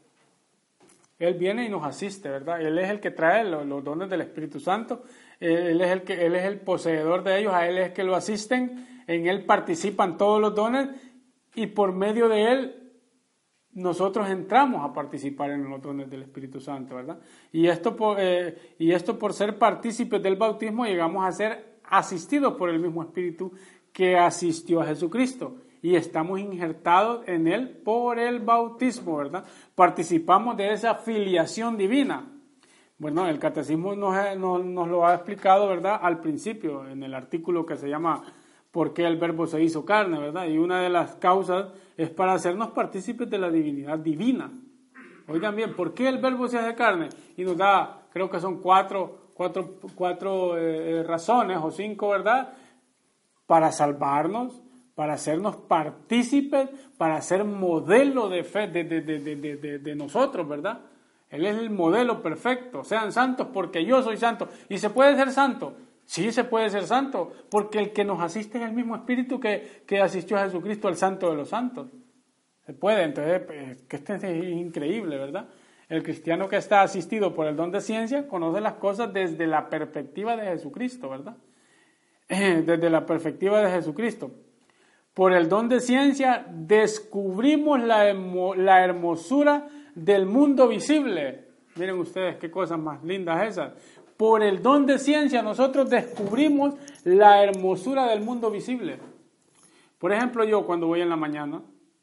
Él viene y nos asiste, ¿verdad? Él es el que trae los, los dones del Espíritu Santo. Él es el que, él es el poseedor de ellos. A Él es el que lo asisten. En Él participan todos los dones. Y por medio de Él, nosotros entramos a participar en los dones del Espíritu Santo, ¿verdad? Y esto por, eh, y esto por ser partícipes del bautismo, llegamos a ser asistidos por el mismo Espíritu que asistió a Jesucristo. Y estamos injertados en Él por el bautismo, ¿verdad? Participamos de esa filiación divina. Bueno, el catecismo nos, nos, nos lo ha explicado, ¿verdad? Al principio, en el artículo que se llama ¿Por qué el verbo se hizo carne?, ¿verdad? Y una de las causas es para hacernos partícipes de la divinidad divina. Oigan bien, ¿por qué el verbo se hace carne? Y nos da, creo que son cuatro, cuatro, cuatro eh, razones o cinco, ¿verdad? Para salvarnos, para hacernos partícipes, para ser modelo de fe de, de, de, de, de, de nosotros, ¿verdad? Él es el modelo perfecto. Sean santos porque yo soy santo. ¿Y se puede ser santo? Sí, se puede ser santo, porque el que nos asiste es el mismo Espíritu que, que asistió a Jesucristo, al Santo de los Santos. Se puede, entonces, pues, que esto es increíble, ¿verdad? El cristiano que está asistido por el don de ciencia conoce las cosas desde la perspectiva de Jesucristo, ¿verdad? Desde la perspectiva de Jesucristo. Por el don de ciencia descubrimos la, la hermosura del mundo visible. Miren ustedes qué cosas más lindas esas. Por el don de ciencia nosotros descubrimos la hermosura del mundo visible. Por ejemplo, yo cuando voy en la mañana,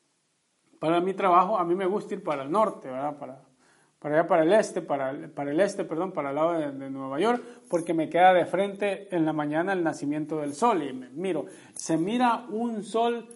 para mi trabajo, a mí me gusta ir para el norte, ¿verdad? Para, para allá para el este, para, para el este, perdón, para el lado de, de Nueva York, porque me queda de frente en la mañana el nacimiento del sol y me miro, se mira un sol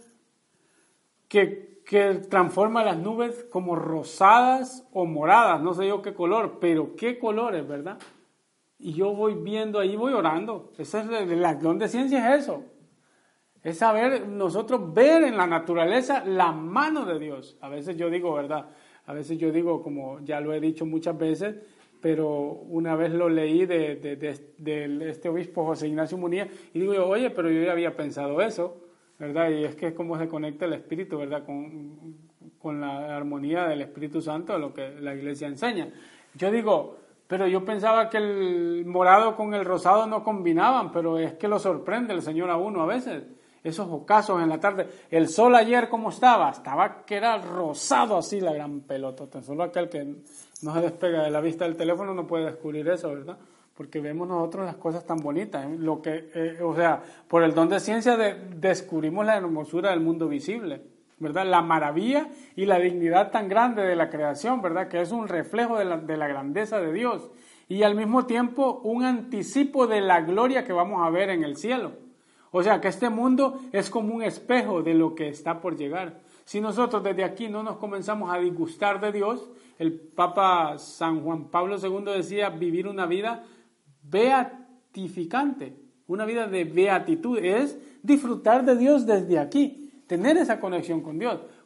que, que transforma las nubes como rosadas o moradas, no sé yo qué color, pero qué colores, ¿verdad? Y yo voy viendo ahí, voy orando. Esa es la don de ciencia, es eso. Es saber, nosotros ver en la naturaleza la mano de Dios. A veces yo digo, ¿verdad? A veces yo digo, como ya lo he dicho muchas veces, pero una vez lo leí de, de, de, de este obispo José Ignacio Munilla, y digo yo, oye, pero yo ya había pensado eso, ¿verdad? Y es que es como se conecta el Espíritu, ¿verdad? Con, con la armonía del Espíritu Santo, lo que la Iglesia enseña. Yo digo, pero yo pensaba que el morado con el rosado no combinaban, pero es que lo sorprende el Señor a uno a veces. Esos ocasos en la tarde. El sol ayer, ¿cómo estaba? Estaba que era rosado así la gran pelota. Tan solo aquel que no se despega de la vista del teléfono no puede descubrir eso, ¿verdad? Porque vemos nosotros las cosas tan bonitas. ¿eh? Lo que, eh, o sea, por el don de ciencia de, descubrimos la hermosura del mundo visible, ¿verdad? La maravilla y la dignidad tan grande de la creación, ¿verdad? Que es un reflejo de la, de la grandeza de Dios. Y al mismo tiempo un anticipo de la gloria que vamos a ver en el cielo. O sea, que este mundo es como un espejo de lo que está por llegar. Si nosotros desde aquí no nos comenzamos a disgustar de Dios, el Papa San Juan Pablo segundo decía vivir una vida beatificante, una vida de beatitud, es disfrutar de Dios desde aquí, tener esa conexión con Dios.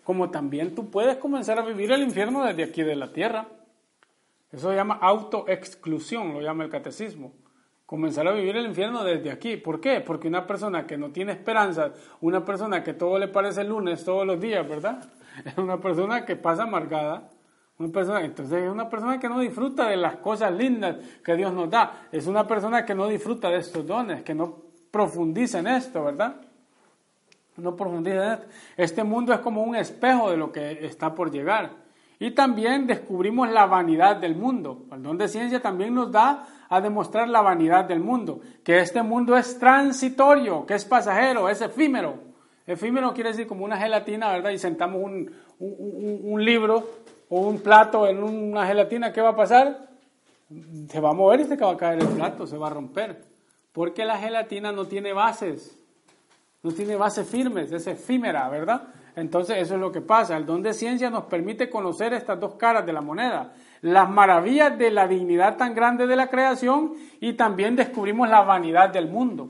como también tú puedes comenzar a vivir el infierno desde aquí de la tierra. Eso se llama autoexclusión, lo llama el catecismo. Comenzar a vivir el infierno desde aquí. ¿Por qué? Porque una persona que no tiene esperanza, una persona que todo le parece lunes todos los días, ¿verdad? Es una persona que pasa amargada. Una persona, entonces es una persona que no disfruta de las cosas lindas que Dios nos da. Es una persona que no disfruta de estos dones, que no profundiza en esto, ¿verdad? No profundiza en esto. Este mundo es como un espejo de lo que está por llegar. Y también descubrimos la vanidad del mundo. El don de ciencia también nos da a demostrar la vanidad del mundo, que este mundo es transitorio, que es pasajero, es efímero. Efímero quiere decir como una gelatina, ¿verdad? Y sentamos un, un, un, un libro o un plato en una gelatina, ¿qué va a pasar? Se va a mover y se va a caer el plato, se va a romper. Porque la gelatina no tiene bases, no tiene bases firmes, es efímera, ¿verdad? Entonces eso es lo que pasa. El don de ciencia nos permite conocer estas dos caras de la moneda, las maravillas de la dignidad tan grande de la creación y también descubrimos la vanidad del mundo.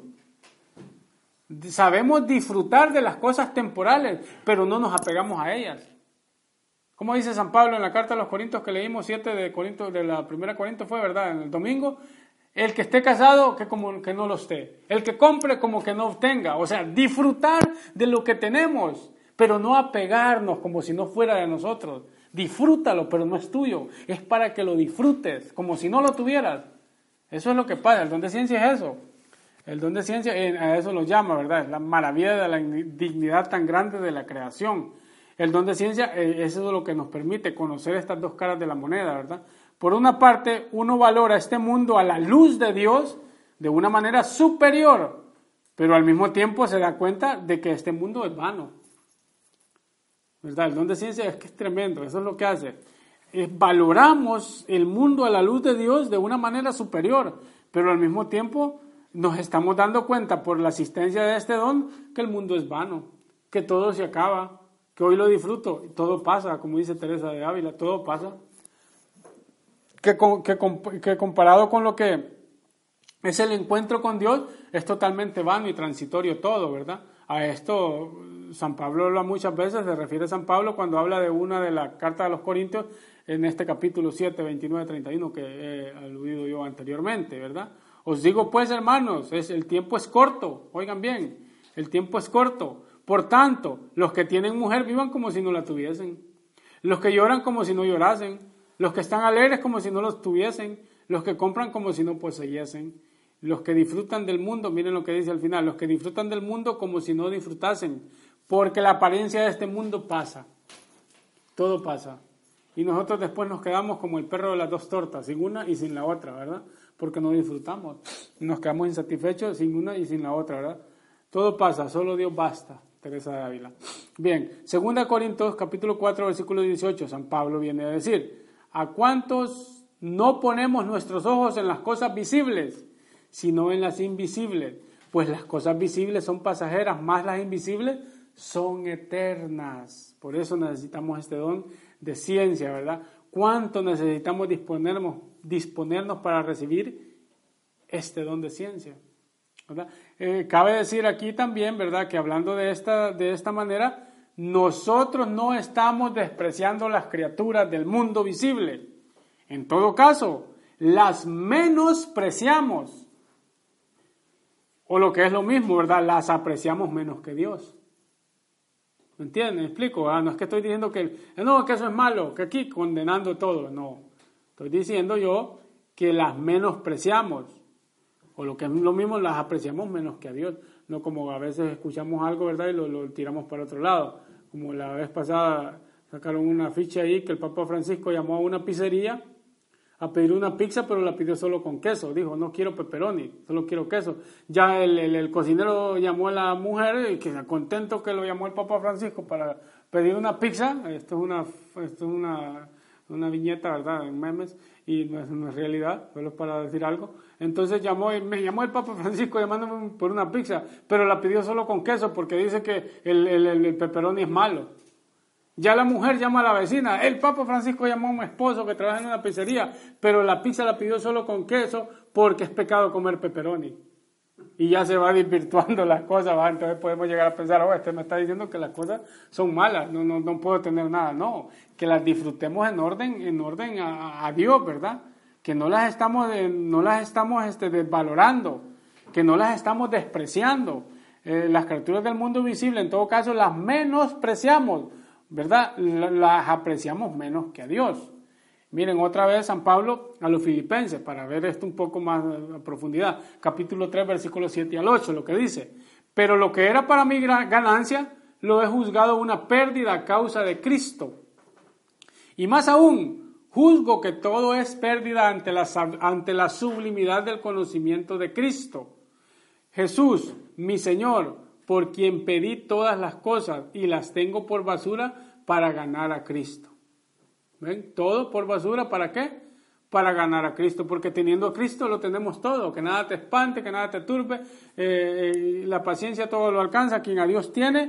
Sabemos disfrutar de las cosas temporales, pero no nos apegamos a ellas. Como dice San Pablo en la carta a los Corintios que leímos siete de Corintios, de la primera Corintios fue, ¿verdad? En el domingo, el que esté casado, que como que no lo esté. El que compre, como que no tenga. O sea, disfrutar de lo que tenemos, pero no apegarnos como si no fuera de nosotros. Disfrútalo, pero no es tuyo. Es para que lo disfrutes, como si no lo tuvieras. Eso es lo que pasa. El don de ciencia es eso. El don de ciencia, eh, a eso lo llama, ¿verdad? Es la maravilla de la dignidad tan grande de la creación. El don de ciencia, eh, eso es lo que nos permite conocer estas dos caras de la moneda, ¿verdad? Por una parte, uno valora este mundo a la luz de Dios de una manera superior, pero al mismo tiempo se da cuenta de que este mundo es vano, ¿verdad? El don de ciencia es que es tremendo, eso es lo que hace. Eh, valoramos el mundo a la luz de Dios de una manera superior, pero al mismo tiempo nos estamos dando cuenta por la asistencia de este don que el mundo es vano, que todo se acaba, que hoy lo disfruto, todo pasa, como dice Teresa de Ávila, todo pasa. Que, que, que comparado con lo que es el encuentro con Dios, es totalmente vano y transitorio todo, ¿verdad? A esto San Pablo habla muchas veces, se refiere a San Pablo cuando habla de una de las cartas a los Corintios, en este capítulo siete, veintinueve, treinta y uno, que he aludido yo anteriormente, ¿verdad? Os digo pues, hermanos, es, el tiempo es corto, oigan bien, el tiempo es corto. Por tanto, los que tienen mujer vivan como si no la tuviesen, los que lloran como si no llorasen, los que están alegres como si no los tuviesen, los que compran como si no poseyesen, los que disfrutan del mundo, miren lo que dice al final, los que disfrutan del mundo como si no disfrutasen, porque la apariencia de este mundo pasa, todo pasa, y nosotros después nos quedamos como el perro de las dos tortas, sin una y sin la otra, ¿verdad? Porque no disfrutamos, nos quedamos insatisfechos sin una y sin la otra, ¿verdad? Todo pasa, solo Dios basta. Teresa de Ávila. Bien, segunda Corintios capítulo cuatro, versículo dieciocho, San Pablo viene a decir, ¿a cuántos no ponemos nuestros ojos en las cosas visibles, sino en las invisibles? Pues las cosas visibles son pasajeras, más las invisibles son eternas. Por eso necesitamos este don de ciencia, ¿verdad? ¿Cuánto necesitamos disponernos, disponernos para recibir este don de ciencia? ¿Verdad? Eh, cabe decir aquí también, ¿verdad?, que hablando de esta, de esta manera, nosotros no estamos despreciando las criaturas del mundo visible. En todo caso, las menospreciamos. O lo que es lo mismo, ¿verdad?, las apreciamos menos que Dios. ¿Me entienden? ¿Me explico? Ah, no es que estoy diciendo que, no, que eso es malo, que aquí condenando todo. No, estoy diciendo yo que las menospreciamos. O lo que es lo mismo, las apreciamos menos que a Dios. No como a veces escuchamos algo, ¿verdad?, y lo, lo tiramos para otro lado. Como la vez pasada sacaron una ficha ahí que el Papa Francisco llamó a una pizzería a pedir una pizza, pero la pidió solo con queso. Dijo, no quiero pepperoni, solo quiero queso. Ya el, el, el cocinero llamó a la mujer y que contento que lo llamó el Papa Francisco para pedir una pizza. Esto es una, esto es una, una viñeta, ¿verdad?, en memes, y no es una realidad, solo es para decir algo. Entonces llamó, me llamó el Papa Francisco llamándome por una pizza, pero la pidió solo con queso porque dice que el, el, el, el pepperoni es malo. Ya la mujer llama a la vecina, el Papa Francisco llamó a mi esposo que trabaja en una pizzería, pero la pizza la pidió solo con queso porque es pecado comer pepperoni. Y ya se va desvirtuando las cosas, ¿va? Entonces podemos llegar a pensar, oh, este me está diciendo que las cosas son malas, no, no, no puedo tener nada. No, que las disfrutemos en orden, en orden a, a Dios, ¿verdad? Que no las estamos, no las estamos este, desvalorando, que no las estamos despreciando. Eh, las criaturas del mundo visible, en todo caso, las menospreciamos, ¿verdad? Las apreciamos menos que a Dios. Miren otra vez San Pablo a los Filipenses, para ver esto un poco más a profundidad. Capítulo tres, versículos siete al ocho, lo que dice. Pero lo que era para mi ganancia, lo he juzgado una pérdida a causa de Cristo. Y más aún, juzgo que todo es pérdida ante la, ante la sublimidad del conocimiento de Cristo. Jesús, mi Señor, por quien pedí todas las cosas y las tengo por basura para ganar a Cristo. ¿Ven? Todo por basura, ¿para qué? Para ganar a Cristo, porque teniendo a Cristo lo tenemos todo, que nada te espante, que nada te turbe, eh, la paciencia todo lo alcanza, quien a Dios tiene,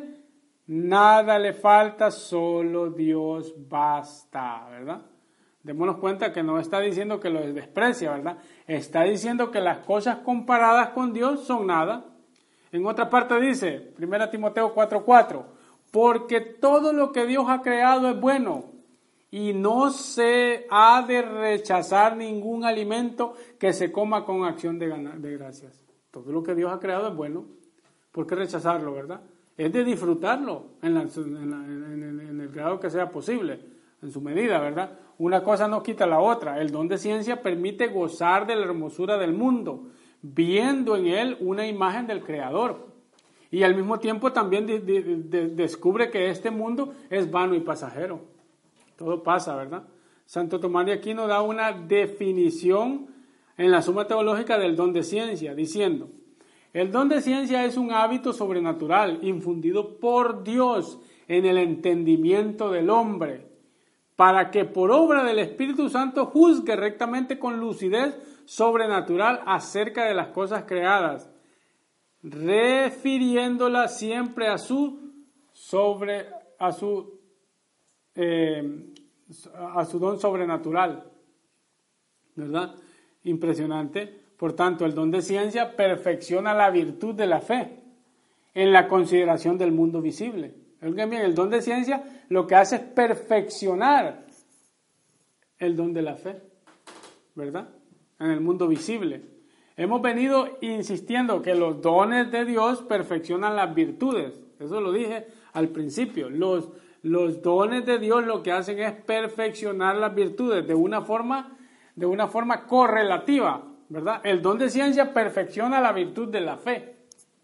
nada le falta, solo Dios basta, ¿verdad? Démonos cuenta que no está diciendo que lo desprecia, ¿verdad? Está diciendo que las cosas comparadas con Dios son nada. En otra parte dice, primera Timoteo cuatro cuatro, porque todo lo que Dios ha creado es bueno, y no se ha de rechazar ningún alimento que se coma con acción de, de gracias. Todo lo que Dios ha creado es bueno. ¿Por qué rechazarlo, verdad? Es de disfrutarlo en, la, en, la, en, en el grado que sea posible, en su medida, ¿verdad? Una cosa no quita la otra. El don de ciencia permite gozar de la hermosura del mundo, viendo en él una imagen del Creador. Y al mismo tiempo también de, de, de, descubre que este mundo es vano y pasajero. Todo pasa, ¿verdad? Santo Tomás de Aquino da una definición en la Suma Teológica del don de ciencia, diciendo, el don de ciencia es un hábito sobrenatural infundido por Dios en el entendimiento del hombre, para que por obra del Espíritu Santo juzgue rectamente con lucidez sobrenatural acerca de las cosas creadas, refiriéndola siempre a su sobre a su Eh, a su don sobrenatural, ¿verdad? Impresionante. Por tanto, el don de ciencia perfecciona la virtud de la fe en la consideración del mundo visible. Oigan bien, el don de ciencia lo que hace es perfeccionar el don de la fe, ¿verdad? En el mundo visible. Hemos venido insistiendo que los dones de Dios perfeccionan las virtudes. Eso lo dije al principio. Los Los dones de Dios lo que hacen es perfeccionar las virtudes de una forma, de una forma correlativa, ¿verdad? El don de ciencia perfecciona la virtud de la fe.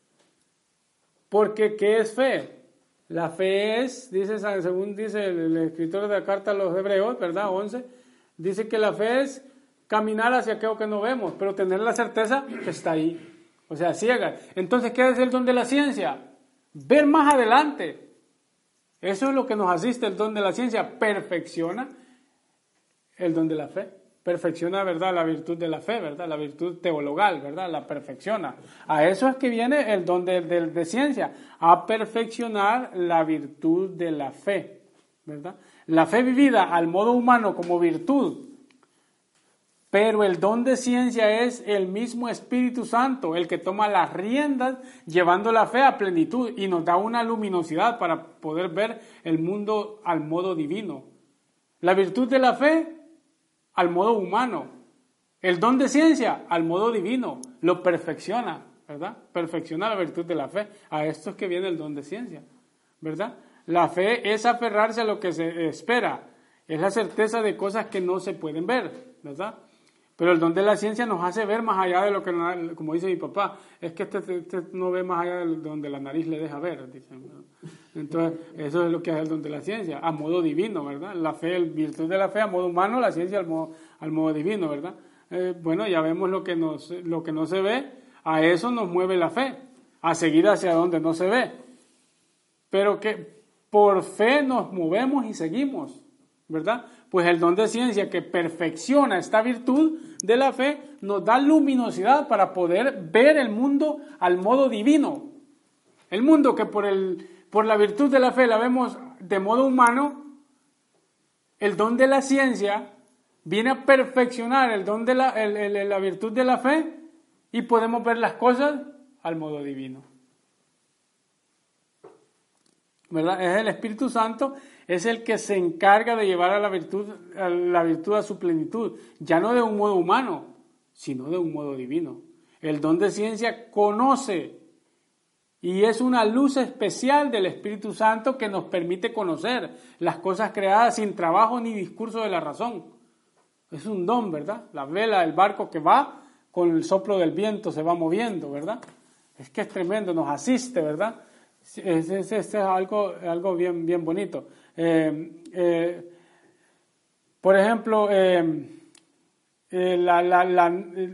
Porque, ¿qué es fe? La fe es, dice, según dice el escritor de la carta a los Hebreos, ¿verdad? once, dice que la fe es caminar hacia aquello que no vemos, pero tener la certeza que está ahí. O sea, ciega. Entonces, ¿qué es el don de la ciencia? Ver más adelante. Eso es lo que nos asiste el don de la ciencia, perfecciona el don de la fe, perfecciona, ¿verdad?, la virtud de la fe, ¿verdad?, la virtud teologal, ¿verdad?, la perfecciona. A eso es que viene el don de, de, de ciencia, a perfeccionar la virtud de la fe, ¿verdad? La fe vivida al modo humano como virtud, pero el don de ciencia es el mismo Espíritu Santo, el que toma las riendas llevando la fe a plenitud y nos da una luminosidad para poder ver el mundo al modo divino. La virtud de la fe al modo humano. El don de ciencia al modo divino. Lo perfecciona, ¿verdad? Perfecciona la virtud de la fe. A esto es que viene el don de ciencia, ¿verdad? La fe es aferrarse a lo que se espera. Es la certeza de cosas que no se pueden ver, ¿verdad? Pero el don de la ciencia nos hace ver más allá de lo que, como dice mi papá, es que este, este no ve más allá de donde la nariz le deja ver. Dicen, ¿no? Entonces, eso es lo que hace el don de la ciencia, a modo divino, ¿verdad? La fe, el virtud de la fe a modo humano, la ciencia al modo, al modo divino, ¿verdad? Eh, bueno, ya vemos lo que, nos, lo que no se ve, a eso nos mueve la fe, a seguir hacia donde no se ve. Pero que por fe nos movemos y seguimos, ¿verdad? Pues el don de ciencia que perfecciona esta virtud de la fe nos da luminosidad para poder ver el mundo al modo divino. El mundo que por, el, por la virtud de la fe la vemos de modo humano, el don de la ciencia viene a perfeccionar el don de la, el, el, la virtud de la fe y podemos ver las cosas al modo divino. ¿Verdad? Es el Espíritu Santo, es el que se encarga de llevar a la virtud, a la virtud a su plenitud, ya no de un modo humano, sino de un modo divino. El don de ciencia conoce y es una luz especial del Espíritu Santo que nos permite conocer las cosas creadas sin trabajo ni discurso de la razón. Es un don, ¿verdad? La vela del barco que va con el soplo del viento se va moviendo, ¿verdad? Es que es tremendo, nos asiste, ¿verdad? Es, es, es algo, algo bien, bien bonito. Eh, eh, por ejemplo, eh, eh, la, la, la, eh,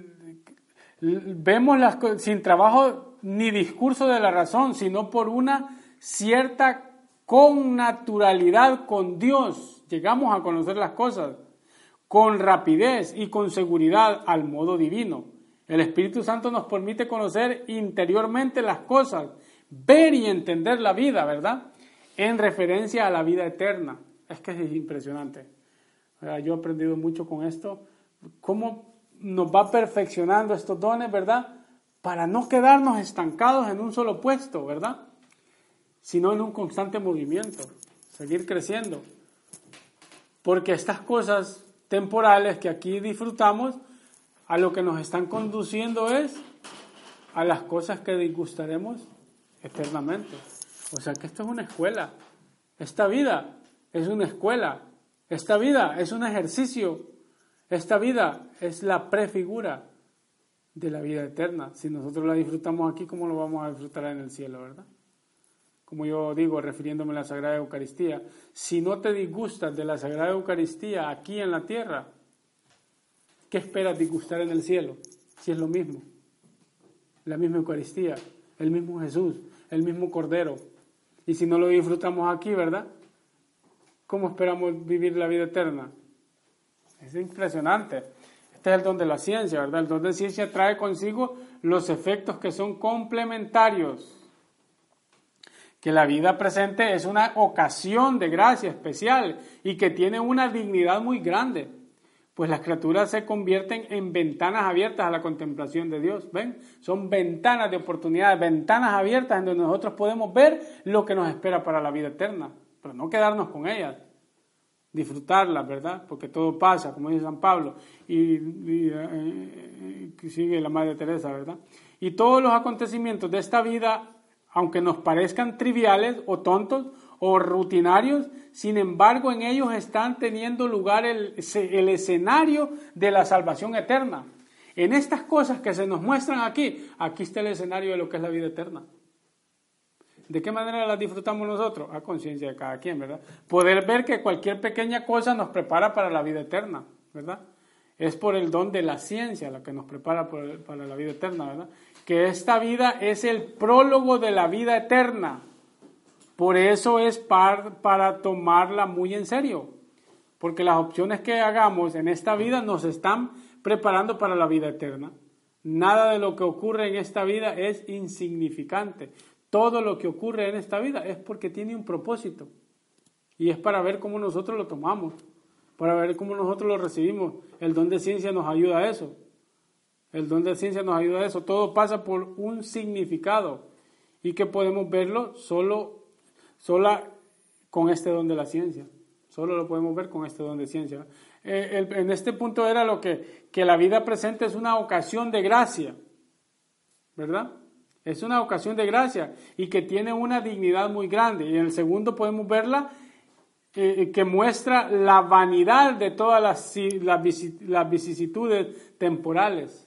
vemos las cosas sin trabajo ni discurso de la razón, sino por una cierta connaturalidad con Dios. Llegamos a conocer las cosas con rapidez y con seguridad al modo divino. El Espíritu Santo nos permite conocer interiormente las cosas, ver y entender la vida, ¿verdad? En referencia a la vida eterna. Es que es impresionante. Yo he aprendido mucho con esto. Cómo nos va perfeccionando estos dones, ¿verdad? Para no quedarnos estancados en un solo puesto, ¿verdad? Sino en un constante movimiento. Seguir creciendo. Porque estas cosas temporales que aquí disfrutamos, a lo que nos están conduciendo es a las cosas que disgustaremos eternamente. O sea que esto es una escuela. Esta vida es una escuela. Esta vida es un ejercicio. Esta vida es la prefigura de la vida eterna. Si nosotros la disfrutamos aquí, ¿cómo lo vamos a disfrutar en el cielo, verdad? Como yo digo, refiriéndome a la Sagrada Eucaristía, si no te disgustas de la Sagrada Eucaristía aquí en la tierra, ¿qué esperas disgustar en el cielo? Si es lo mismo, la misma Eucaristía, el mismo Jesús, el mismo Cordero. Y si no lo disfrutamos aquí, ¿verdad? ¿Cómo esperamos vivir la vida eterna? Es impresionante. Este es el don de la ciencia, ¿verdad? El don de ciencia trae consigo los efectos que son complementarios. Que la vida presente es una ocasión de gracia especial y que tiene una dignidad muy grande, pues las criaturas se convierten en ventanas abiertas a la contemplación de Dios. ¿Ven? Son ventanas de oportunidades, ventanas abiertas en donde nosotros podemos ver lo que nos espera para la vida eterna, pero no quedarnos con ellas, disfrutarlas, ¿verdad? Porque todo pasa, como dice San Pablo, y, y eh, eh, sigue la Madre Teresa, ¿verdad? Y todos los acontecimientos de esta vida, aunque nos parezcan triviales o tontos o rutinarios, sin embargo en ellos están teniendo lugar el, el escenario de la salvación eterna. En estas cosas que se nos muestran aquí, aquí está el escenario de lo que es la vida eterna. ¿De qué manera las disfrutamos nosotros? A conciencia de cada quien, ¿verdad? Poder ver que cualquier pequeña cosa nos prepara para la vida eterna, ¿verdad? Es por el don de la ciencia la que nos prepara por, para la vida eterna, ¿verdad? Que esta vida es el prólogo de la vida eterna. Por eso es par, para tomarla muy en serio. Porque las opciones que hagamos en esta vida nos están preparando para la vida eterna. Nada de lo que ocurre en esta vida es insignificante. Todo lo que ocurre en esta vida es porque tiene un propósito. Y es para ver cómo nosotros lo tomamos. Para ver cómo nosotros lo recibimos. El don de ciencia nos ayuda a eso. El don de ciencia nos ayuda a eso. Todo pasa por un significado y que podemos verlo solo, sola con este don de la ciencia. Solo lo podemos ver con este don de ciencia. Eh, el, en este punto era lo que, que la vida presente es una ocasión de gracia, ¿verdad? Es una ocasión de gracia y que tiene una dignidad muy grande. Y en el segundo podemos verla eh, que muestra la vanidad de todas las, las, las vicisitudes temporales.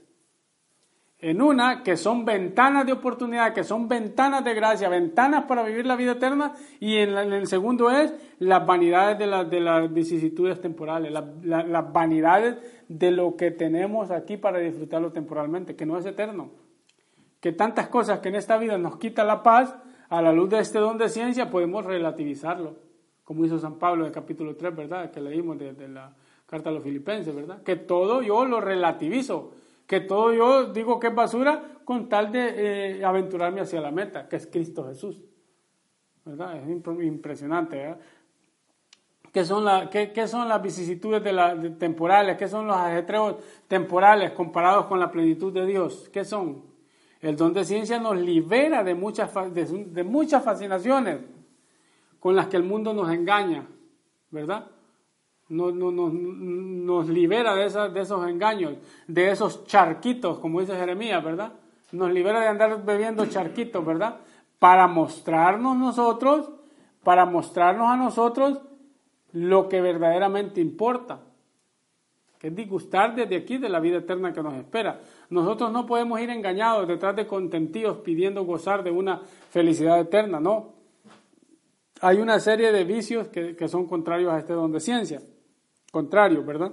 En una, que son ventanas de oportunidad, que son ventanas de gracia, ventanas para vivir la vida eterna, y en, la, en el segundo es las vanidades de, la, de las vicisitudes temporales, la, la, las vanidades de lo que tenemos aquí para disfrutarlo temporalmente, que no es eterno. Que tantas cosas que en esta vida nos quita la paz, a la luz de este don de ciencia podemos relativizarlo, como hizo San Pablo en el capítulo tres, ¿verdad? Que leímos de, de la carta a los Filipenses, ¿verdad? Que todo yo lo relativizo. Que todo yo digo que es basura con tal de eh, aventurarme hacia la meta, que es Cristo Jesús. ¿Verdad? Es impresionante, ¿verdad? ¿Qué son, la, qué, qué son las vicisitudes de la, de temporales? ¿Qué son los ajetreos temporales comparados con la plenitud de Dios? ¿Qué son? El don de ciencia nos libera de muchas, de, de muchas fascinaciones con las que el mundo nos engaña, ¿verdad? Nos, nos, nos, nos libera de, esas, de esos engaños, de esos charquitos, como dice Jeremías, ¿verdad? Nos libera de andar bebiendo charquitos, ¿verdad? Para mostrarnos nosotros, para mostrarnos a nosotros lo que verdaderamente importa, que es disgustar desde aquí de la vida eterna que nos espera. Nosotros no podemos ir engañados detrás de contentíos pidiendo gozar de una felicidad eterna, no. Hay una serie de vicios que, que son contrarios a este don de ciencia, contrarios, ¿verdad?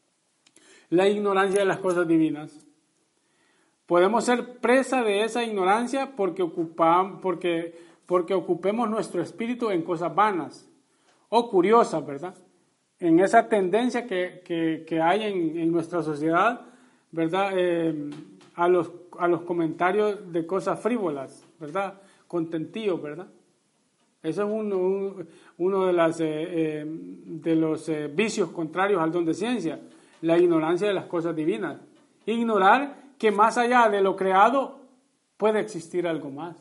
La ignorancia de las cosas divinas. Podemos ser presa de esa ignorancia porque, ocupamos, porque, porque ocupemos nuestro espíritu en cosas vanas o curiosas, ¿verdad? En esa tendencia que, que, que hay en, en nuestra sociedad, ¿verdad? Eh, a, los, a los comentarios de cosas frívolas, ¿verdad? Contentíos, ¿verdad? Ese es uno, un, uno de, las, eh, eh, de los eh, vicios contrarios al don de ciencia, la ignorancia de las cosas divinas. Ignorar que más allá de lo creado puede existir algo más.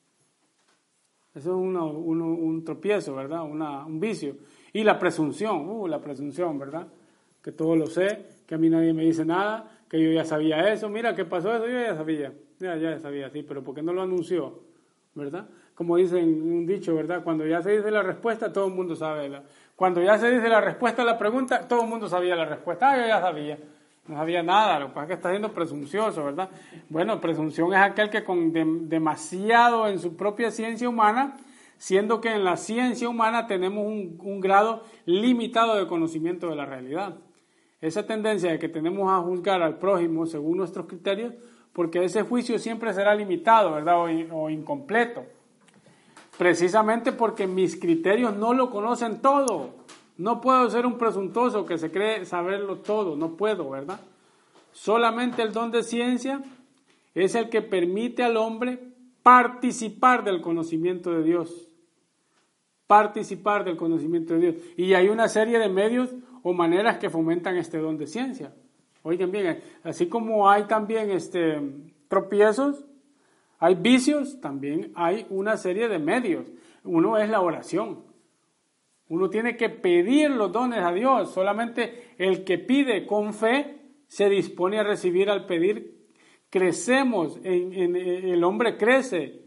Eso es uno, uno, un tropiezo, ¿verdad? Una, un vicio. Y la presunción, uh, la presunción, ¿verdad? Que todo lo sé, que a mí nadie me dice nada, que yo ya sabía eso. Mira, ¿qué pasó eso? Yo ya sabía. Ya, ya sabía, sí, pero ¿por qué no lo anunció? ¿Verdad? Como dicen un dicho, ¿verdad? Cuando ya se dice la respuesta, todo el mundo sabe. La... Cuando ya se dice la respuesta a la pregunta, todo el mundo sabía la respuesta. Ah, yo ya sabía. No sabía nada, lo que pasa es que está siendo presuncioso, ¿verdad? Bueno, presunción es aquel que con de, demasiado en su propia ciencia humana, siendo que en la ciencia humana tenemos un, un grado limitado de conocimiento de la realidad. Esa tendencia de que tenemos a juzgar al prójimo según nuestros criterios, porque ese juicio siempre será limitado, ¿verdad? O, o incompleto. Precisamente porque mis criterios no lo conocen todo. No puedo ser un presuntuoso que se cree saberlo todo, no puedo, ¿verdad? Solamente el don de ciencia es el que permite al hombre participar del conocimiento de Dios. Participar del conocimiento de Dios. Y hay una serie de medios o maneras que fomentan este don de ciencia. Oigan bien, así como hay también este, tropiezos, hay vicios, también hay una serie de medios. Uno es la oración. Uno tiene que pedir los dones a Dios. Solamente el que pide con fe se dispone a recibir al pedir. Crecemos, en, en, el hombre crece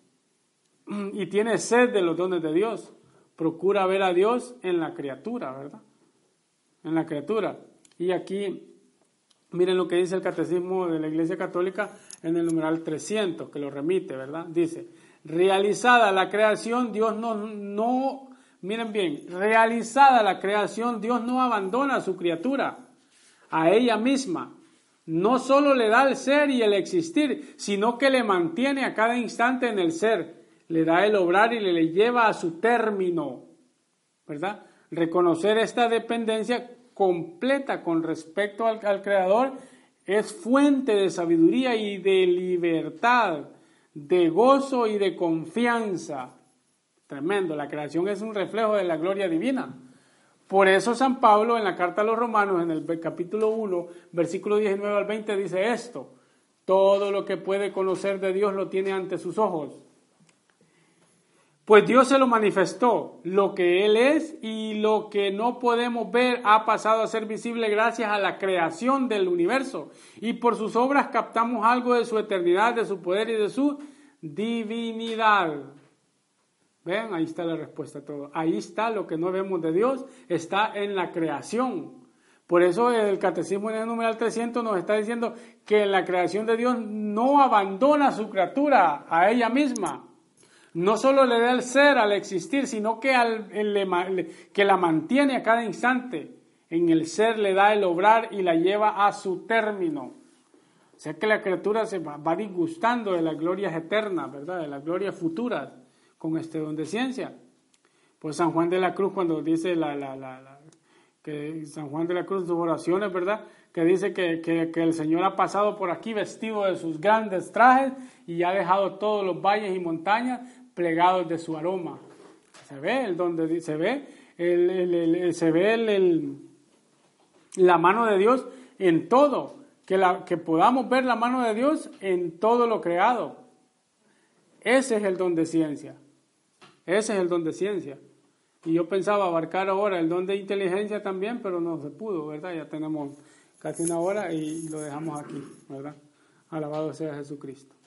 y tiene sed de los dones de Dios. Procura ver a Dios en la criatura, ¿verdad? En la criatura. Y aquí, miren lo que dice el Catecismo de la Iglesia Católica en el numeral trescientos, que lo remite, ¿verdad? Dice, realizada la creación, Dios no... no Miren bien, realizada la creación, Dios no abandona a su criatura, a ella misma. No solo le da el ser y el existir, sino que le mantiene a cada instante en el ser, le da el obrar y le lleva a su término, ¿verdad? Reconocer esta dependencia completa con respecto al, al Creador es fuente de sabiduría y de libertad, de gozo y de confianza. Tremendo, la creación es un reflejo de la gloria divina. Por eso San Pablo en la carta a los Romanos, en el capítulo uno, versículo diecinueve al veinte, dice esto: todo lo que puede conocer de Dios lo tiene ante sus ojos. Pues Dios se lo manifestó, lo que Él es y lo que no podemos ver ha pasado a ser visible gracias a la creación del universo. Y por sus obras captamos algo de su eternidad, de su poder y de su divinidad. Vean, ahí está la respuesta a todo. Ahí está lo que no vemos de Dios, está en la creación. Por eso el Catecismo en el numeral trescientos nos está diciendo que en la creación de Dios no abandona a su criatura, a ella misma. No solo le da el ser al existir, sino que, al, le, que la mantiene a cada instante. En el ser le da el obrar y la lleva a su término. O sea que la criatura se va, va disgustando de las glorias eternas, ¿verdad? De las glorias futuras, con este don de ciencia. Pues San Juan de la Cruz, cuando dice la, la, la, la, que San Juan de la Cruz, sus oraciones, ¿verdad? Que dice que, que, que el Señor ha pasado por aquí vestido de sus grandes trajes y ha dejado todos los valles y montañas plegados de su aroma. Se ve el don de, se ve el, el, el, se ve el, el, la mano de Dios en todo, que, la, que podamos ver la mano de Dios en todo lo creado. Ese es el don de ciencia, ese es el don de ciencia. Y yo pensaba abarcar ahora el don de inteligencia también, pero no se pudo, ¿verdad? Ya tenemos casi una hora y lo dejamos aquí, ¿verdad? Alabado sea Jesucristo.